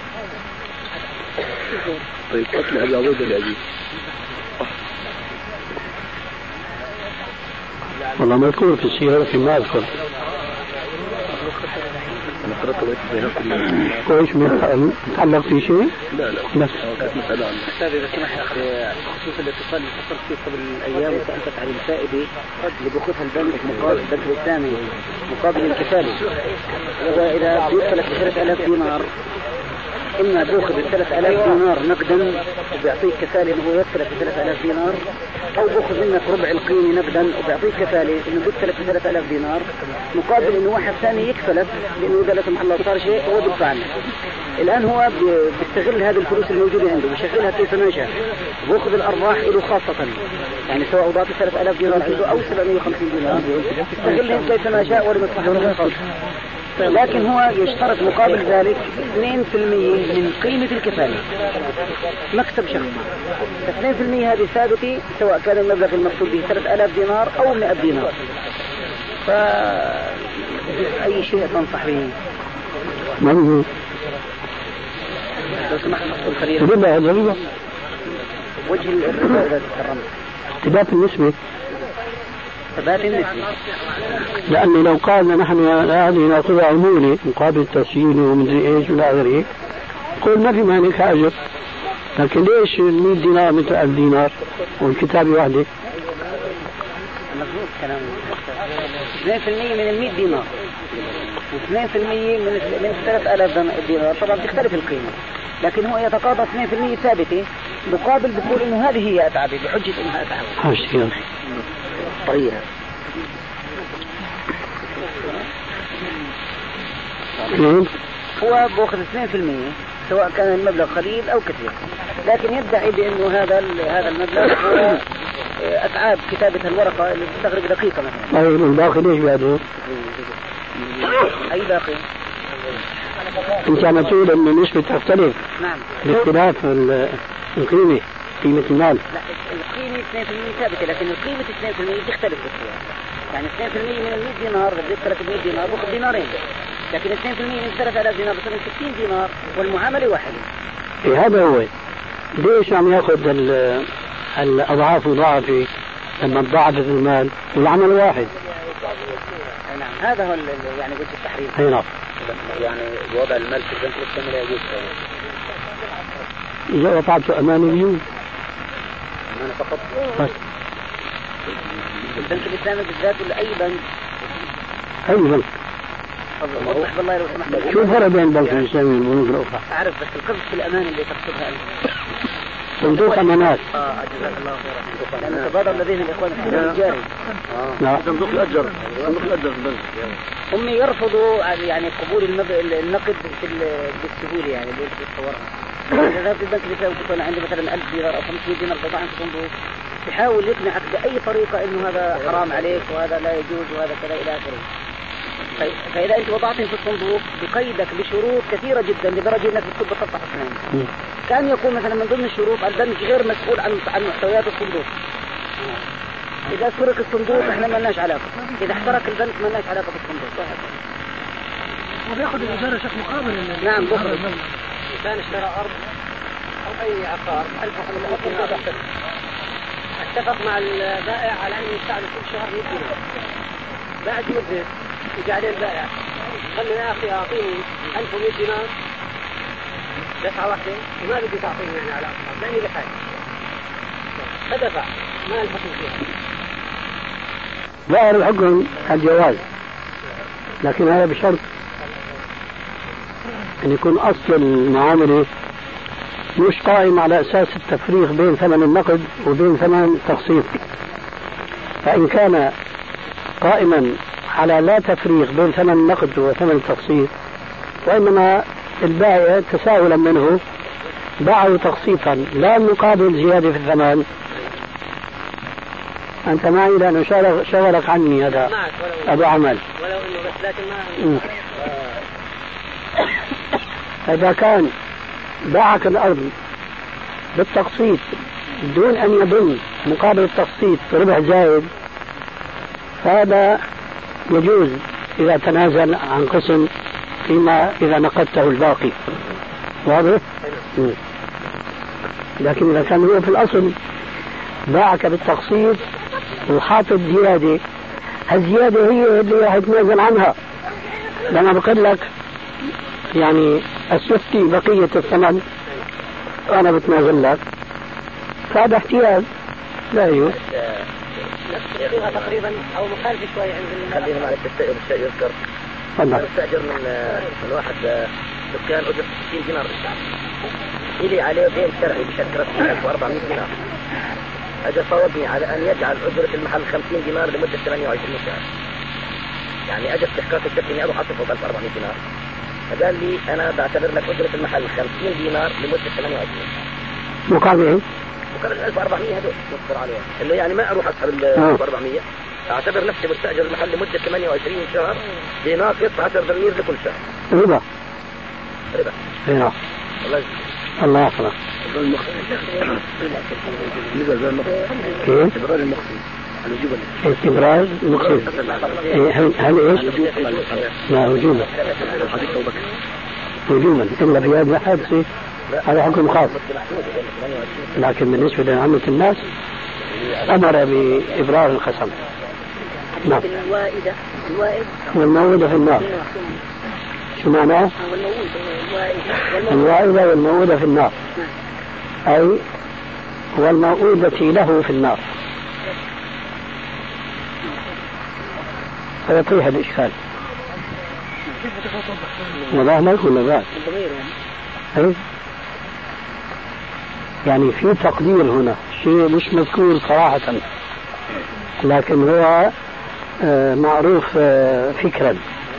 S2: طيب قتل أبي عبيدة لأبي
S3: والله مذكور في السيرة لكن ما أذكر.
S2: أنا قرأت بينكم.
S3: كويس متعلق في شيء؟
S2: لا
S3: بس.
S2: كانت مسألة عنه.
S6: أستاذ إذا سمحت بخصوص الاتصال اللي اتصلت فيه قبل أيام وسألتك عن الفائدة اللي بيأخذها البنك مقابل البنك الإسلامي مقابل الكفالة. وإذا بيدخلك ب3000 دينار إما بيأخذ 3000 دينار نقدا وبيعطيك كفالة إنه يدخلك ب3000 دينار أو بأخذ منك ربع القيمة نقدا وبيعطيك كفالة إنه بيدخلك ب3000 دينار مقابل إنه واحد ثاني يكفلك لأنه إذا لا سمح الله صار شيء هو بيدفع عنك. الآن هو بيستغل هذه الفلوس الموجودة عنده ويشغلها كيف ما شاء ويأخذ الأرباح له خاصة يعني سواء ضاعت 3000 دينار عنده أو 750 دينار يستغلهم كيف ما شاء ولمصلحته الخاصة. لكن هو يشترط مقابل ذلك 2% من قيمة الكفالة مكسب شخصي. 2% هذه ثابتة سواء كان المبلغ المقصود به 3000 دينار أو 100 دينار. فأي شيء تنصح به؟
S3: ما
S6: لو سمحت مقصود خليل وجه الربا إذا تكرمت
S3: ثبات النسبة.
S6: ثبات النسبة
S3: لأنه لو قال نحن هذه نأخذ عمولة مقابل تسجيل ومدري إيش ولا غيره قل ما في مانع كأجر. لكن ليش 100 دينار مثل 1000 دينار والكتابة واحدة؟
S6: مضبوط كلام. 2% من 100 دينار و2% من 3000 دينار طبعا تختلف القيمة لكن هو يتقاضى 2% ثابتة مقابل بيقول إنه هذه هي أتعابي بحجة إنها أتعاب. طريقة هو بأخذ 2% سواء كان المبلغ قليل أو كثير لكن يدعي بأنه هذا المبلغ هو أتعاب كتابة الورقة اللي تستغرق دقيقة مثلا.
S3: طيب الباقي ليش بعده؟
S6: أي باقي؟
S3: أنت عم تقول أن النسبة تختلف.
S6: نعم.
S3: باختلاف القيمة. قيمة المال.
S6: لا القيمة 2% ثابتة، لكن القيمة 2% بتختلف بالسعر. يعني 2% من 100 دينار بدك 300 دينار باخذ دينارين، لكن 2% من 3000 دينار بصير 60 دينار والمعاملة واحدة.
S3: إيه هذا هو. ليش عم ياخذ الأضعاف مضاعفة لما تضاعف المال والعمل واحد؟
S6: نعم هذا هو يعني وجه التحريم.
S3: أي نعم.
S2: يعني وضع المال في البنك الإسلامي لا يجوز.
S3: إذا وضعت أمانة يجوز.
S2: أمانة فقط.
S3: بس.
S6: البنك الإسلامي بالذات ولا أي بنك؟
S3: أي بنك.
S6: وضح بالله لو سمحت.
S3: شو الفرق بين البنك الإسلامي والبنوك الأخرى؟
S6: أعرف بس القصد في الأمانة اللي تقصدها أنت.
S3: صندوق أمانات.
S6: جزاك الله خيرا. لأن تبادر لدينا الإخوان السلام الجاري.
S3: نعم.
S2: صندوق الأجر في البنك.
S6: هم يرفضوا يعني قبول النقد بالسهولة يعني اللي يتصورها. إذا في البنك الإسلامي تكون عندي مثلا 1000 دينار أو 500 دينار قطعا في صندوق، يحاول يقنعك بأي طريقة إنه هذا حرام عليك وهذا لا يجوز وهذا كذا إلى آخره. فإذا أنت وضعتهم في الصندوق بقيدك بشروط كثيرة جدا لدرجة أنك بتكون بتقطع أسنان. كان يكون مثلا من ضمن الشروط البنك غير مسؤول عن محتويات الصندوق. إذا سرق الصندوق إحنا ما لناش علاقة، إذا احترق البنك ما لناش علاقة بالصندوق.
S4: وبياخذ الإجارة شيء مقابل.
S6: نعم بخرج.
S5: إنسان اشترى أرض أو أي عقار 1500 دينار، اتفق مع البائع على أن يستعمل كل شهر 100 دينار. بعد مدة يجي عليه البائع قال له يا أخي أعطيني 1100 دينار دفعة واحدة وما بدي تعطيني يعني على أقساط لأني بحاجة، فدفع ما الحكم فيها.
S3: لا الحكم الجواز، لكن هذا بشرط أن يكون أصل المعاملة مش قائم على أساس التفريق بين ثمن النقد وبين ثمن التقسيط. فإن كان قائما على لا تفريق بين ثمن النقد وثمن التقسيط، وإنما البائع تساهلا منه باعه تقسيطا لا مقابل زيادة في الثمن. أنت معي لأنه شغلك عني هذا أبو عمل.
S5: ولو إنه بس لكن ما
S3: إذا كان باعك الأرض بالتقسيط دون أن يضم مقابل التقسيط ربح زائد، فهذا يجوز إذا تنازل عن قسم فيما إذا نقدته الباقي. واضح؟ لكن إذا كان هو في الأصل باعك بالتقسيط وحاطط زيادة، هالزيادة هي اللي راح يتنازل عنها لما بقول لك يعني أسفتي بقية الثمن وأنا بتنازل لك، فهذا احتياج لا يوجد.
S5: نفس تقريبا أو مخالف شوي عند
S2: خلينا معلش الشيء يذكر. استأجر من واحد دكان أجر 60 دينار بالساعة، إلي عليه دين شرعي بشكل رسمي 1400 دينار. أجل فوضني على أن يجعل أجرة المحل 50 دينار لمدة 28 شهر. يعني أجل استحقاق الشرط إني أروح أصرفه ب 1400 دينار، فقال لي أنا بعتبر لك أجرة المحل 50 دينار لمدة 28 شهر.
S3: مقابل
S2: 1400 هدول نصر عليها، إنه يعني ما أروح أسحب ال 1400، أعتبر نفسي مستأجر المحل لمدة 28 شهر بناقص 10 دنانير لكل شهر.
S3: ربا.
S2: الله
S3: الله يحفظك.
S2: استبراج المقصود.
S3: استبراج المقصود. هل ايش؟ لا وجوبا. وجوبا الا في هذا الحادث هذا حكم خاص، لكن بالنسبه لعامة الناس امر بابرار القسم. نعم. والموعودة في النار. شو معناه؟ الوائدة والموعودة في النار، أي والموعودة له في النار. فيطيح الإشكال. ولا ما يكون ذلك. يعني في تقدير هنا شيء مش مذكور صراحة، لكن هو معروف فكرا.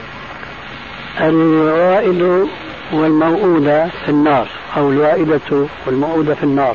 S3: الوائد والموؤودة في النار، أو الوائدة والموؤودة في النار.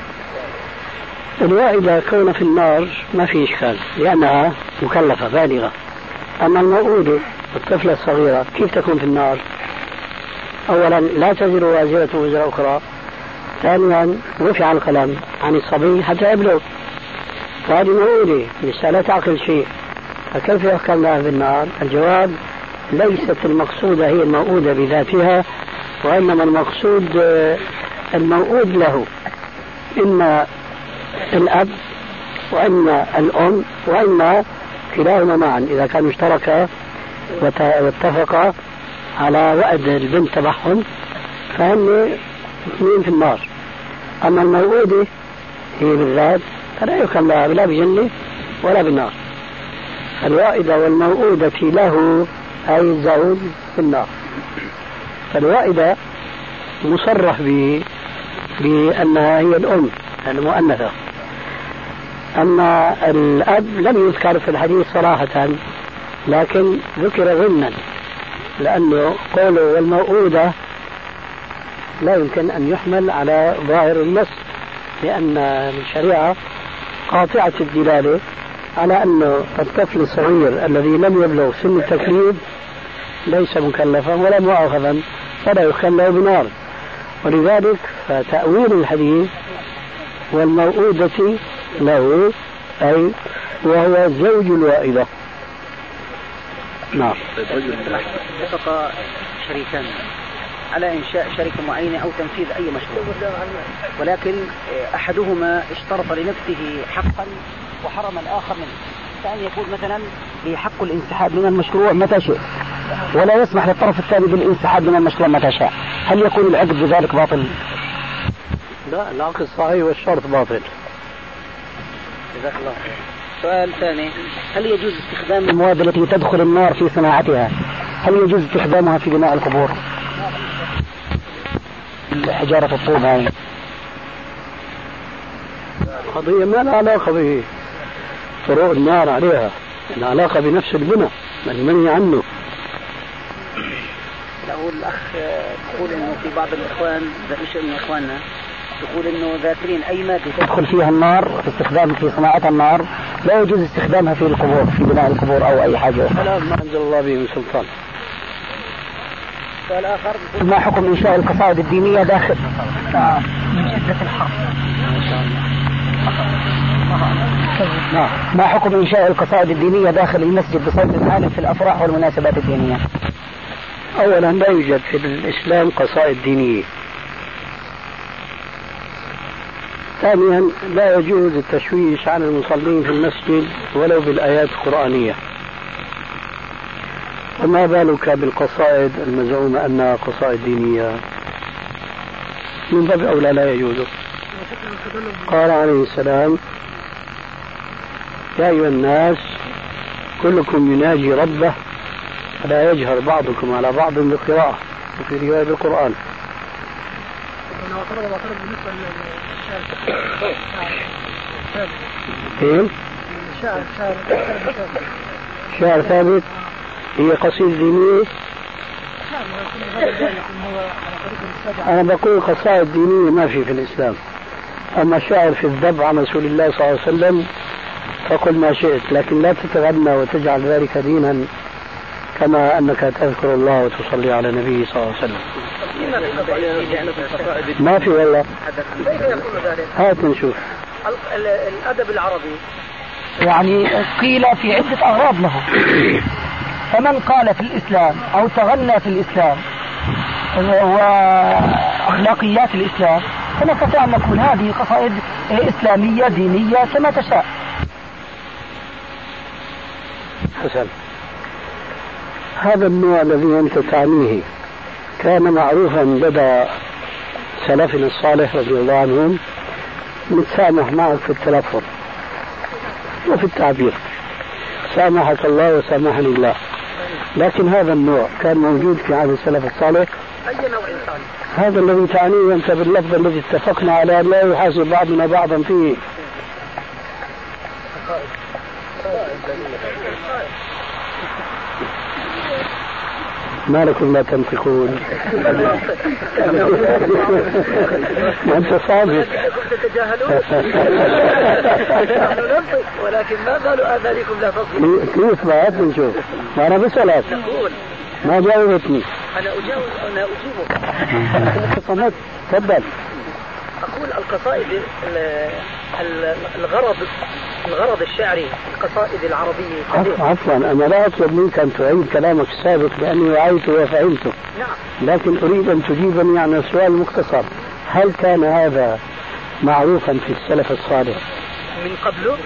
S3: الوائدة كون في النار ما في إشكال لأنها مكلفة بالغة. أما الموؤودة الطفلة الصغيرة كيف تكون في النار؟ أولا لا تزر وازرة وزر أخرى، ثانيا رفع القلم عن الصبي حتى يبلغ، وهذه موؤودة لسه لا تعقل شيء، فكيف يحكم لها بالنار؟ الجواب ليست المقصودة هي الموؤودة بذاتها، وإنما المقصود الموؤود له إما الأب وإما الأم وإما كلاهما معا إذا كانوا اشتركا واتفقا على وعد البنت تبعهم فهم اثنين في النار. أما الموؤودة هي بالذات فلا يحكم لها لا بجنة ولا بالنار. الوائدة والموؤودة له أي الزوج في النار. فالوائدة مصرح بأنها هي الأم المؤنثة. أما الأب لم يذكر في الحديث صراحة لكن ذكر ضمنا، لأنه قوله والموؤودة لا يمكن أن يحمل على ظاهر النص، لأن الشريعة قاطعة الدلالة على أن الطفل الصغير الذي لم يبلغ سن التكليف ليس مكلفا ولا مؤاخذا فلا يحكم له بنار. ولذلك فتأويل الحديث والموؤودة له أي وهو زوج الوائدة. نعم.
S6: اتفق شريكان على إنشاء شركة معينة أو تنفيذ أي مشروع، ولكن أحدهما اشترط لنفسه حقا وحرم الآخر منه، كأن يقول مثلا لي حق الانسحاب من المشروع متى شاء ولا يسمح للطرف الثاني بالانسحاب من المشروع متى شاء، هل يكون العقد بذلك باطل؟
S3: لا، العقد صحيح والشرط باطل.
S6: جزاك الله خير. سؤال ثاني، هل يجوز استخدام المواد التي تدخل النار في صناعتها، هل يجوز استخدامها في بناء القبور؟ حجارة الطوب هاي
S3: قضية ما لها علاقة بفروع النار عليها، العلاقة بنفس البناء المنهي عنه.
S6: له الأخ يقول إنه في بعض الإخوان مش من إخواننا يقول إنه ذاكرين أي مادة تدخل فيها النار في استخدامها في صناعة النار لا يجوز استخدامها في القبور في بناء القبور أو أي حاجة.
S3: لا، ما أنزل الله به من سلطان.
S6: والآخر ما حكم إنشاء القصائد الدينية داخل من شدة الحر؟ ما حكم إنشاء القصائد الدينية داخل المسجد بصوت عالٍ في الأفراح والمناسبات الدينية؟
S3: أولا لا يوجد في الإسلام قصائد دينية. ثانيا لا يجوز التشويش على المصلين في المسجد ولو بالآيات القرآنية، فما بالك بالقصائد المزعومة أنها قصائد دينية؟ من باب أولى لا يجوز. قال عليه السلام يا أيها الناس كلكم يناجي ربه فلا يجهر بعضكم على بعض بالقراءة، وفي رواية بالقرآن. شعر ثابت هي قصيدة دينية. أنا بقول قصائد دينية ما في الإسلام. أما الشعر في الذب عن رسول الله صلى الله عليه وسلم فقل ما شئت، لكن لا تتغنى وتجعل ذلك دينا كما أنك تذكر الله وتصلي على النبي صلى الله عليه وسلم. ما في والله. هات نشوف.
S6: الأدب العربي
S5: يعني قيل في عدة أغراض له، فمن قال في الإسلام أو تغنى في الإسلام وأخلاقيات الإسلام فنستطيع أن نقول هذه قصائد إسلامية دينية كما تشاء.
S3: حسن، هذا النوع الذي أنت تعنيه كان معروفا لدى سلفنا الصالح رضي الله عنهم، نتسامح معك في التلفظ وفي التعبير، سامحك الله وسامحني الله، لكن هذا النوع كان موجود في عهد السلف الصالح.
S6: أي نوع إنسان؟
S3: هذا الذي تعنيه أنت باللفظ الذي اتفقنا على أن لا يحاسب بعضنا بعضا فيه. ما لكم لا تنطقون؟ ما أنت صادق.
S6: تتجاهلون ولكن ما قالوا آذانكم لا تصدقوا.
S3: كيف بعد نشوف؟ ما أنا بسألك ما جاوبتني.
S6: أنا أجيبك.
S3: تفضل.
S5: أقول القصائد الغرض الشعري القصائد العربية
S3: عفوا أنا لا أطلب منك أن تعيد كلامك السابق لأني وعيته وفعلته.
S5: نعم.
S3: لكن أريد أن تجيبني عن سؤال مختصر. هل كان هذا معروفا في السلف الصالح
S5: من قبله؟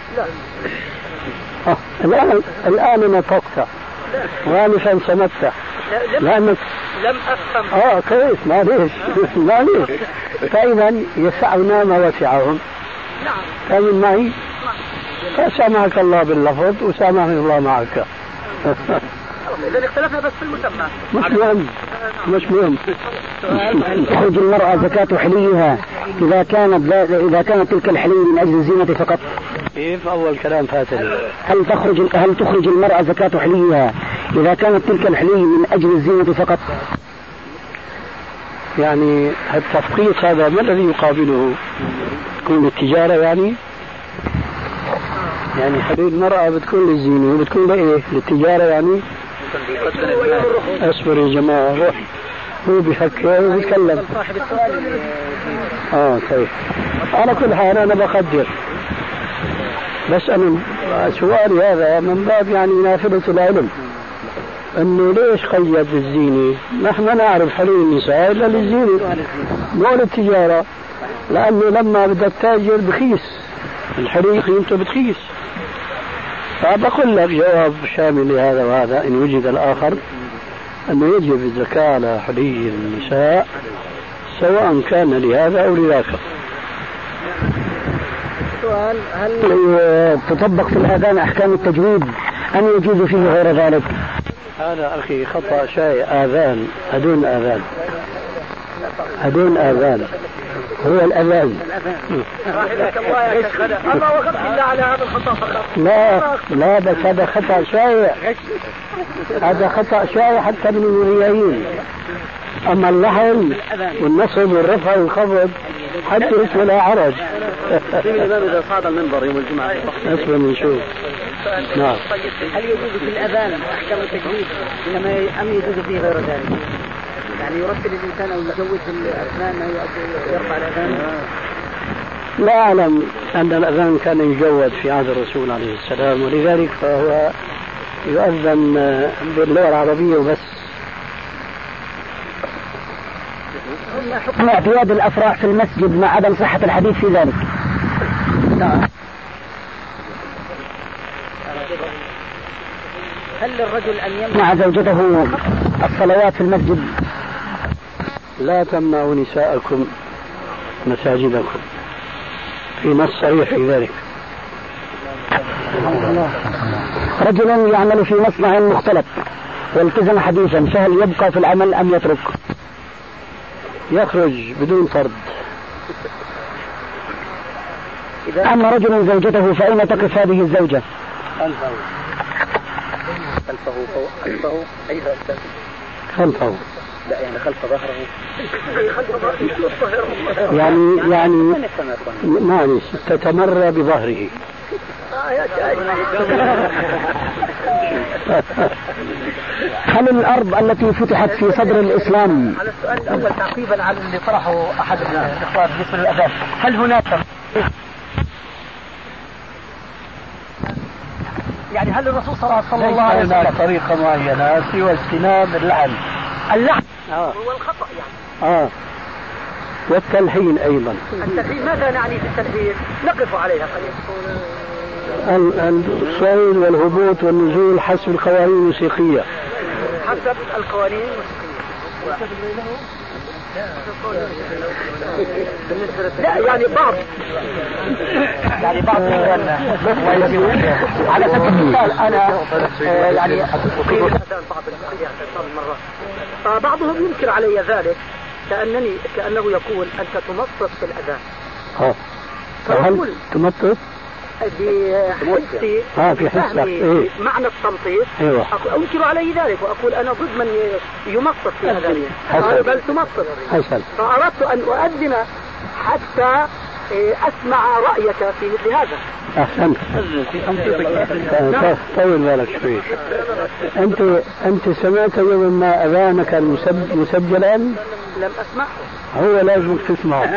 S3: لا. الآن نطقت وانفا سمت لأنك
S5: لم أفهم.
S3: كويس معليش. فإذا يسعنا ما وسعهم.
S5: نعم.
S3: فمن معي فسامحك الله باللفظ وسامحني الله معك.
S5: إذا اختلفنا بس في المسمى.
S3: مش مهم.
S8: تخرج المرأة زكاة حليها إذا كانت تلك الحلي من أجل الزينة فقط.
S3: كيف أول كلام فاتني؟
S8: هل تخرج المرأة زكاة حليها إذا كانت تلك الحلي من أجل الزينة فقط؟
S3: يعني التفقيس هذا ما الذي يقابله؟ تكون التجارة يعني حلي المرأة بتكون للزينة وبتكون لإيه؟ للتجارة يعني. اصبر يا جماعة روح. هو بيحكي وبيتكلم. طيب. على كل حال أنا بقدر. بس أنا سؤالي هذا من باب نافذة العلم أنه ليش قيد بالزينة؟ نحن نعرف حلي النساء إلا للزينة مو للتجارة، لأنه لما بدك تاجر بخيس الحلي قيمته بتخيس. فبقول لك جواب شامل لهذا وهذا إن وجد الآخر أنه يجب الزكاة على حلي النساء سواء كان لهذا أو لذاك.
S8: سؤال: هل تطبق في الآذان أحكام التجويد أم يجوز فيه غير ذلك؟
S3: هذا أخي خطأ شائع. آذان أدون آذان هو الأذان.
S5: الله وقف إلا على هذا الخطأ فقط.
S3: لا بس هذا خطأ شائع. هذا خطأ شائع حتى من الريايين. أما اللحن والنصب والرفع والخفض حدث ولا حرج.
S2: الإمام إذا صعد المنبر يوم الجمعة
S3: نسبة نشوف. نعم.
S6: هل يجوز في الأذان أحكام التجويد أم يجوز فيه غير ذلك؟ يعني يرتب الإنسان أو يجود في الأثناء أنه يرفع الأذان؟
S3: لا أعلم أن الأذان كان يجود في عهد الرسول عليه السلام، ولذلك فهو يؤذن باللغة العربية وبس.
S8: حكم اعتياد الأفراح في المسجد مع عدم صحة الحديث في ذلك.
S6: هل للرجل أن
S8: يمنع زوجته الصلوات في المسجد؟
S3: لا تمنعوا نساءكم مساجدكم، في نص صريح في ذلك.
S8: رجل يعمل في مصنع مختلط والتزم حديثا، فهل يبقى في العمل أم يترك؟
S3: يخرج بدون طرد.
S8: أما رجل زوجته فأين تقف هذه الزوجة؟
S3: خلفه
S2: لا يعني خلف ظهره
S3: يعني معلش تتمر بظهره.
S8: هل الأرض التي فتحت في صدر الإسلام؟
S5: على السؤال الأول تعقيبا على اللي طرحه أحد الإخوان بالنسبة للأذان، هل هناك هل الرسول صلى الله عليه وسلم
S3: طريقة معينة سوى اجتناب اللعن
S5: هو الخطأ
S3: والتلحين أيضا.
S5: التلحين ماذا نعني في التلحين؟ نقف عليها
S3: الصعود والهبوط والنزول حسب القوانين الموسيقية.
S5: حسب القوانين الموسيقية. لا بعض على سبيل المثال أنا أقيم الأذان بعض المرات، بعضهم ينكر علي ذلك كأنه يقول أنت تمطط في الأذان.
S3: فهل تمطط؟
S5: بحسي
S3: في حسك
S5: معنى التمطيط. أنكر علي ذلك وأقول أنا ضد من يمطط في أذانه، بل تمطط. فأردت أن أؤذن حتى أسمع رأيك في مثل هذا.
S3: أحسنت. طول بالك شوي. أنت سمعت يوم ما أذانك مسجلا؟
S5: لم أسمعه.
S3: هو لازمك تسمعه.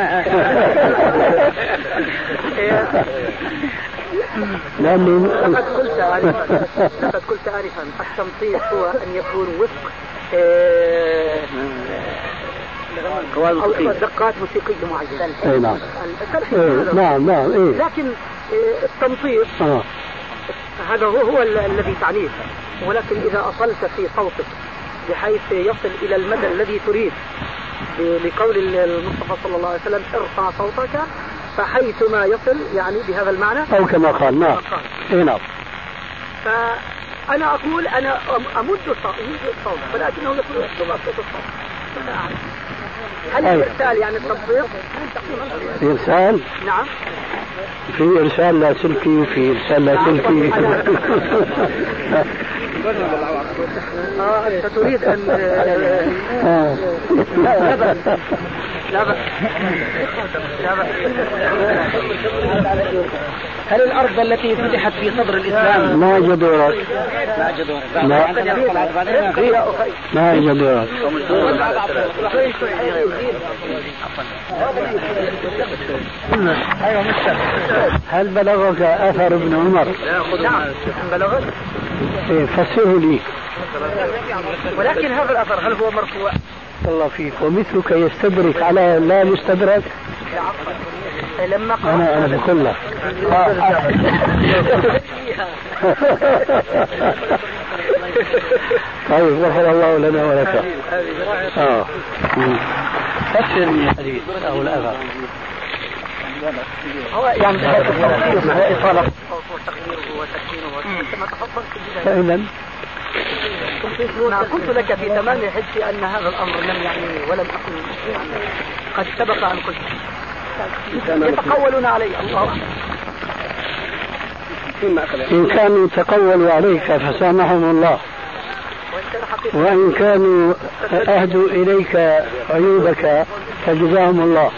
S5: لقد قلت آنفا التمطيط هو أن يكون وفق أو دقات موسيقية معينة.
S3: أي نعم. نعم.
S5: لكن التمطيط هذا هو الذي تعنيه، ولكن إذا أصلت في صوتك بحيث يصل إلى المدى الذي تريد لقول المصطفى صلى الله عليه وسلم ارفع صوتك فحيثما يصل، يعني بهذا المعنى
S3: أو كما قال. نعم. نعم.
S5: فأنا أقول أنا أمد الصوت ولكنه يقول أسلوب الصوت. هل الإرسال يعني التبسيط؟
S3: إرسال؟
S5: نعم.
S3: في إرسال لاسلكي وفي إرسال لاسلكي.
S5: أنت تريد أن لا بأس. هل الأرض التي فتحت في صدر الإسلام
S3: ما جدورك؟ ما جدورك؟ هل بلغك أثر ابن عمر؟
S5: نعم بلغك.
S3: فسره لي.
S5: ولكن هذا الأثر هل هو مرفوع؟
S3: الله فيك. ومثلك يستدرك على لا يستدرك.
S5: لما
S3: أنا بقول لك. طيب غفر الله لنا ولك. فسر من الحديث أو الأثر.
S5: هو يعني إطالة وتغييره وتكوينه كما تفضلت
S3: فإذا
S5: قلت لك في تمام حدي أن هذا الأمر لم يعني ولم أكن يعني قد سبق أن قلت يتقولون علي. الله
S3: إن كانوا تقولوا عليك فسامحهم الله، وإن كانوا أهدوا إليك عيوبك فجزاهم الله.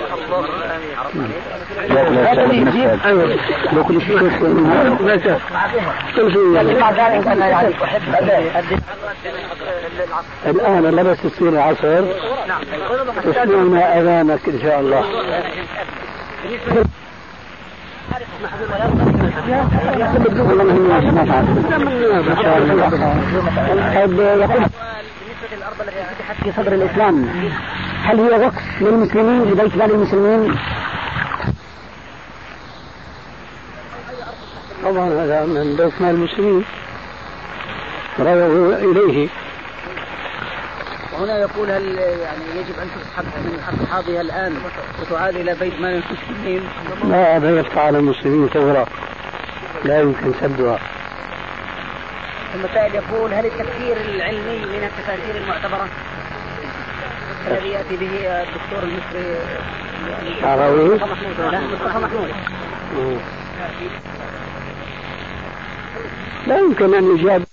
S3: هذا اللي يجيب كل شيء. الآن لبس تصير العصر تسمعنا أذانك إن شاء الله.
S8: بالنسبة للأرض التي فتحت في صدر الإسلام هل هي وقف للمسلمين لبيت مال المسلمين؟
S3: طبعا هذا من بيت مال المسلمين رووا إليه.
S8: هنا يقول هل يعني يجب أن تسحب من أصحابها الآن وتعاد إلى بيت مال المسلمين؟
S3: لا، هذا يقطع على المسلمين ثورة لا يمكن سدها.
S8: المسائل يقول هل التفسير العلمي من التفاسير المعتبرة الذي يأتي به الدكتور المصري
S3: عراوي
S8: مصطفى محمود
S3: لا يمكن أن يجاب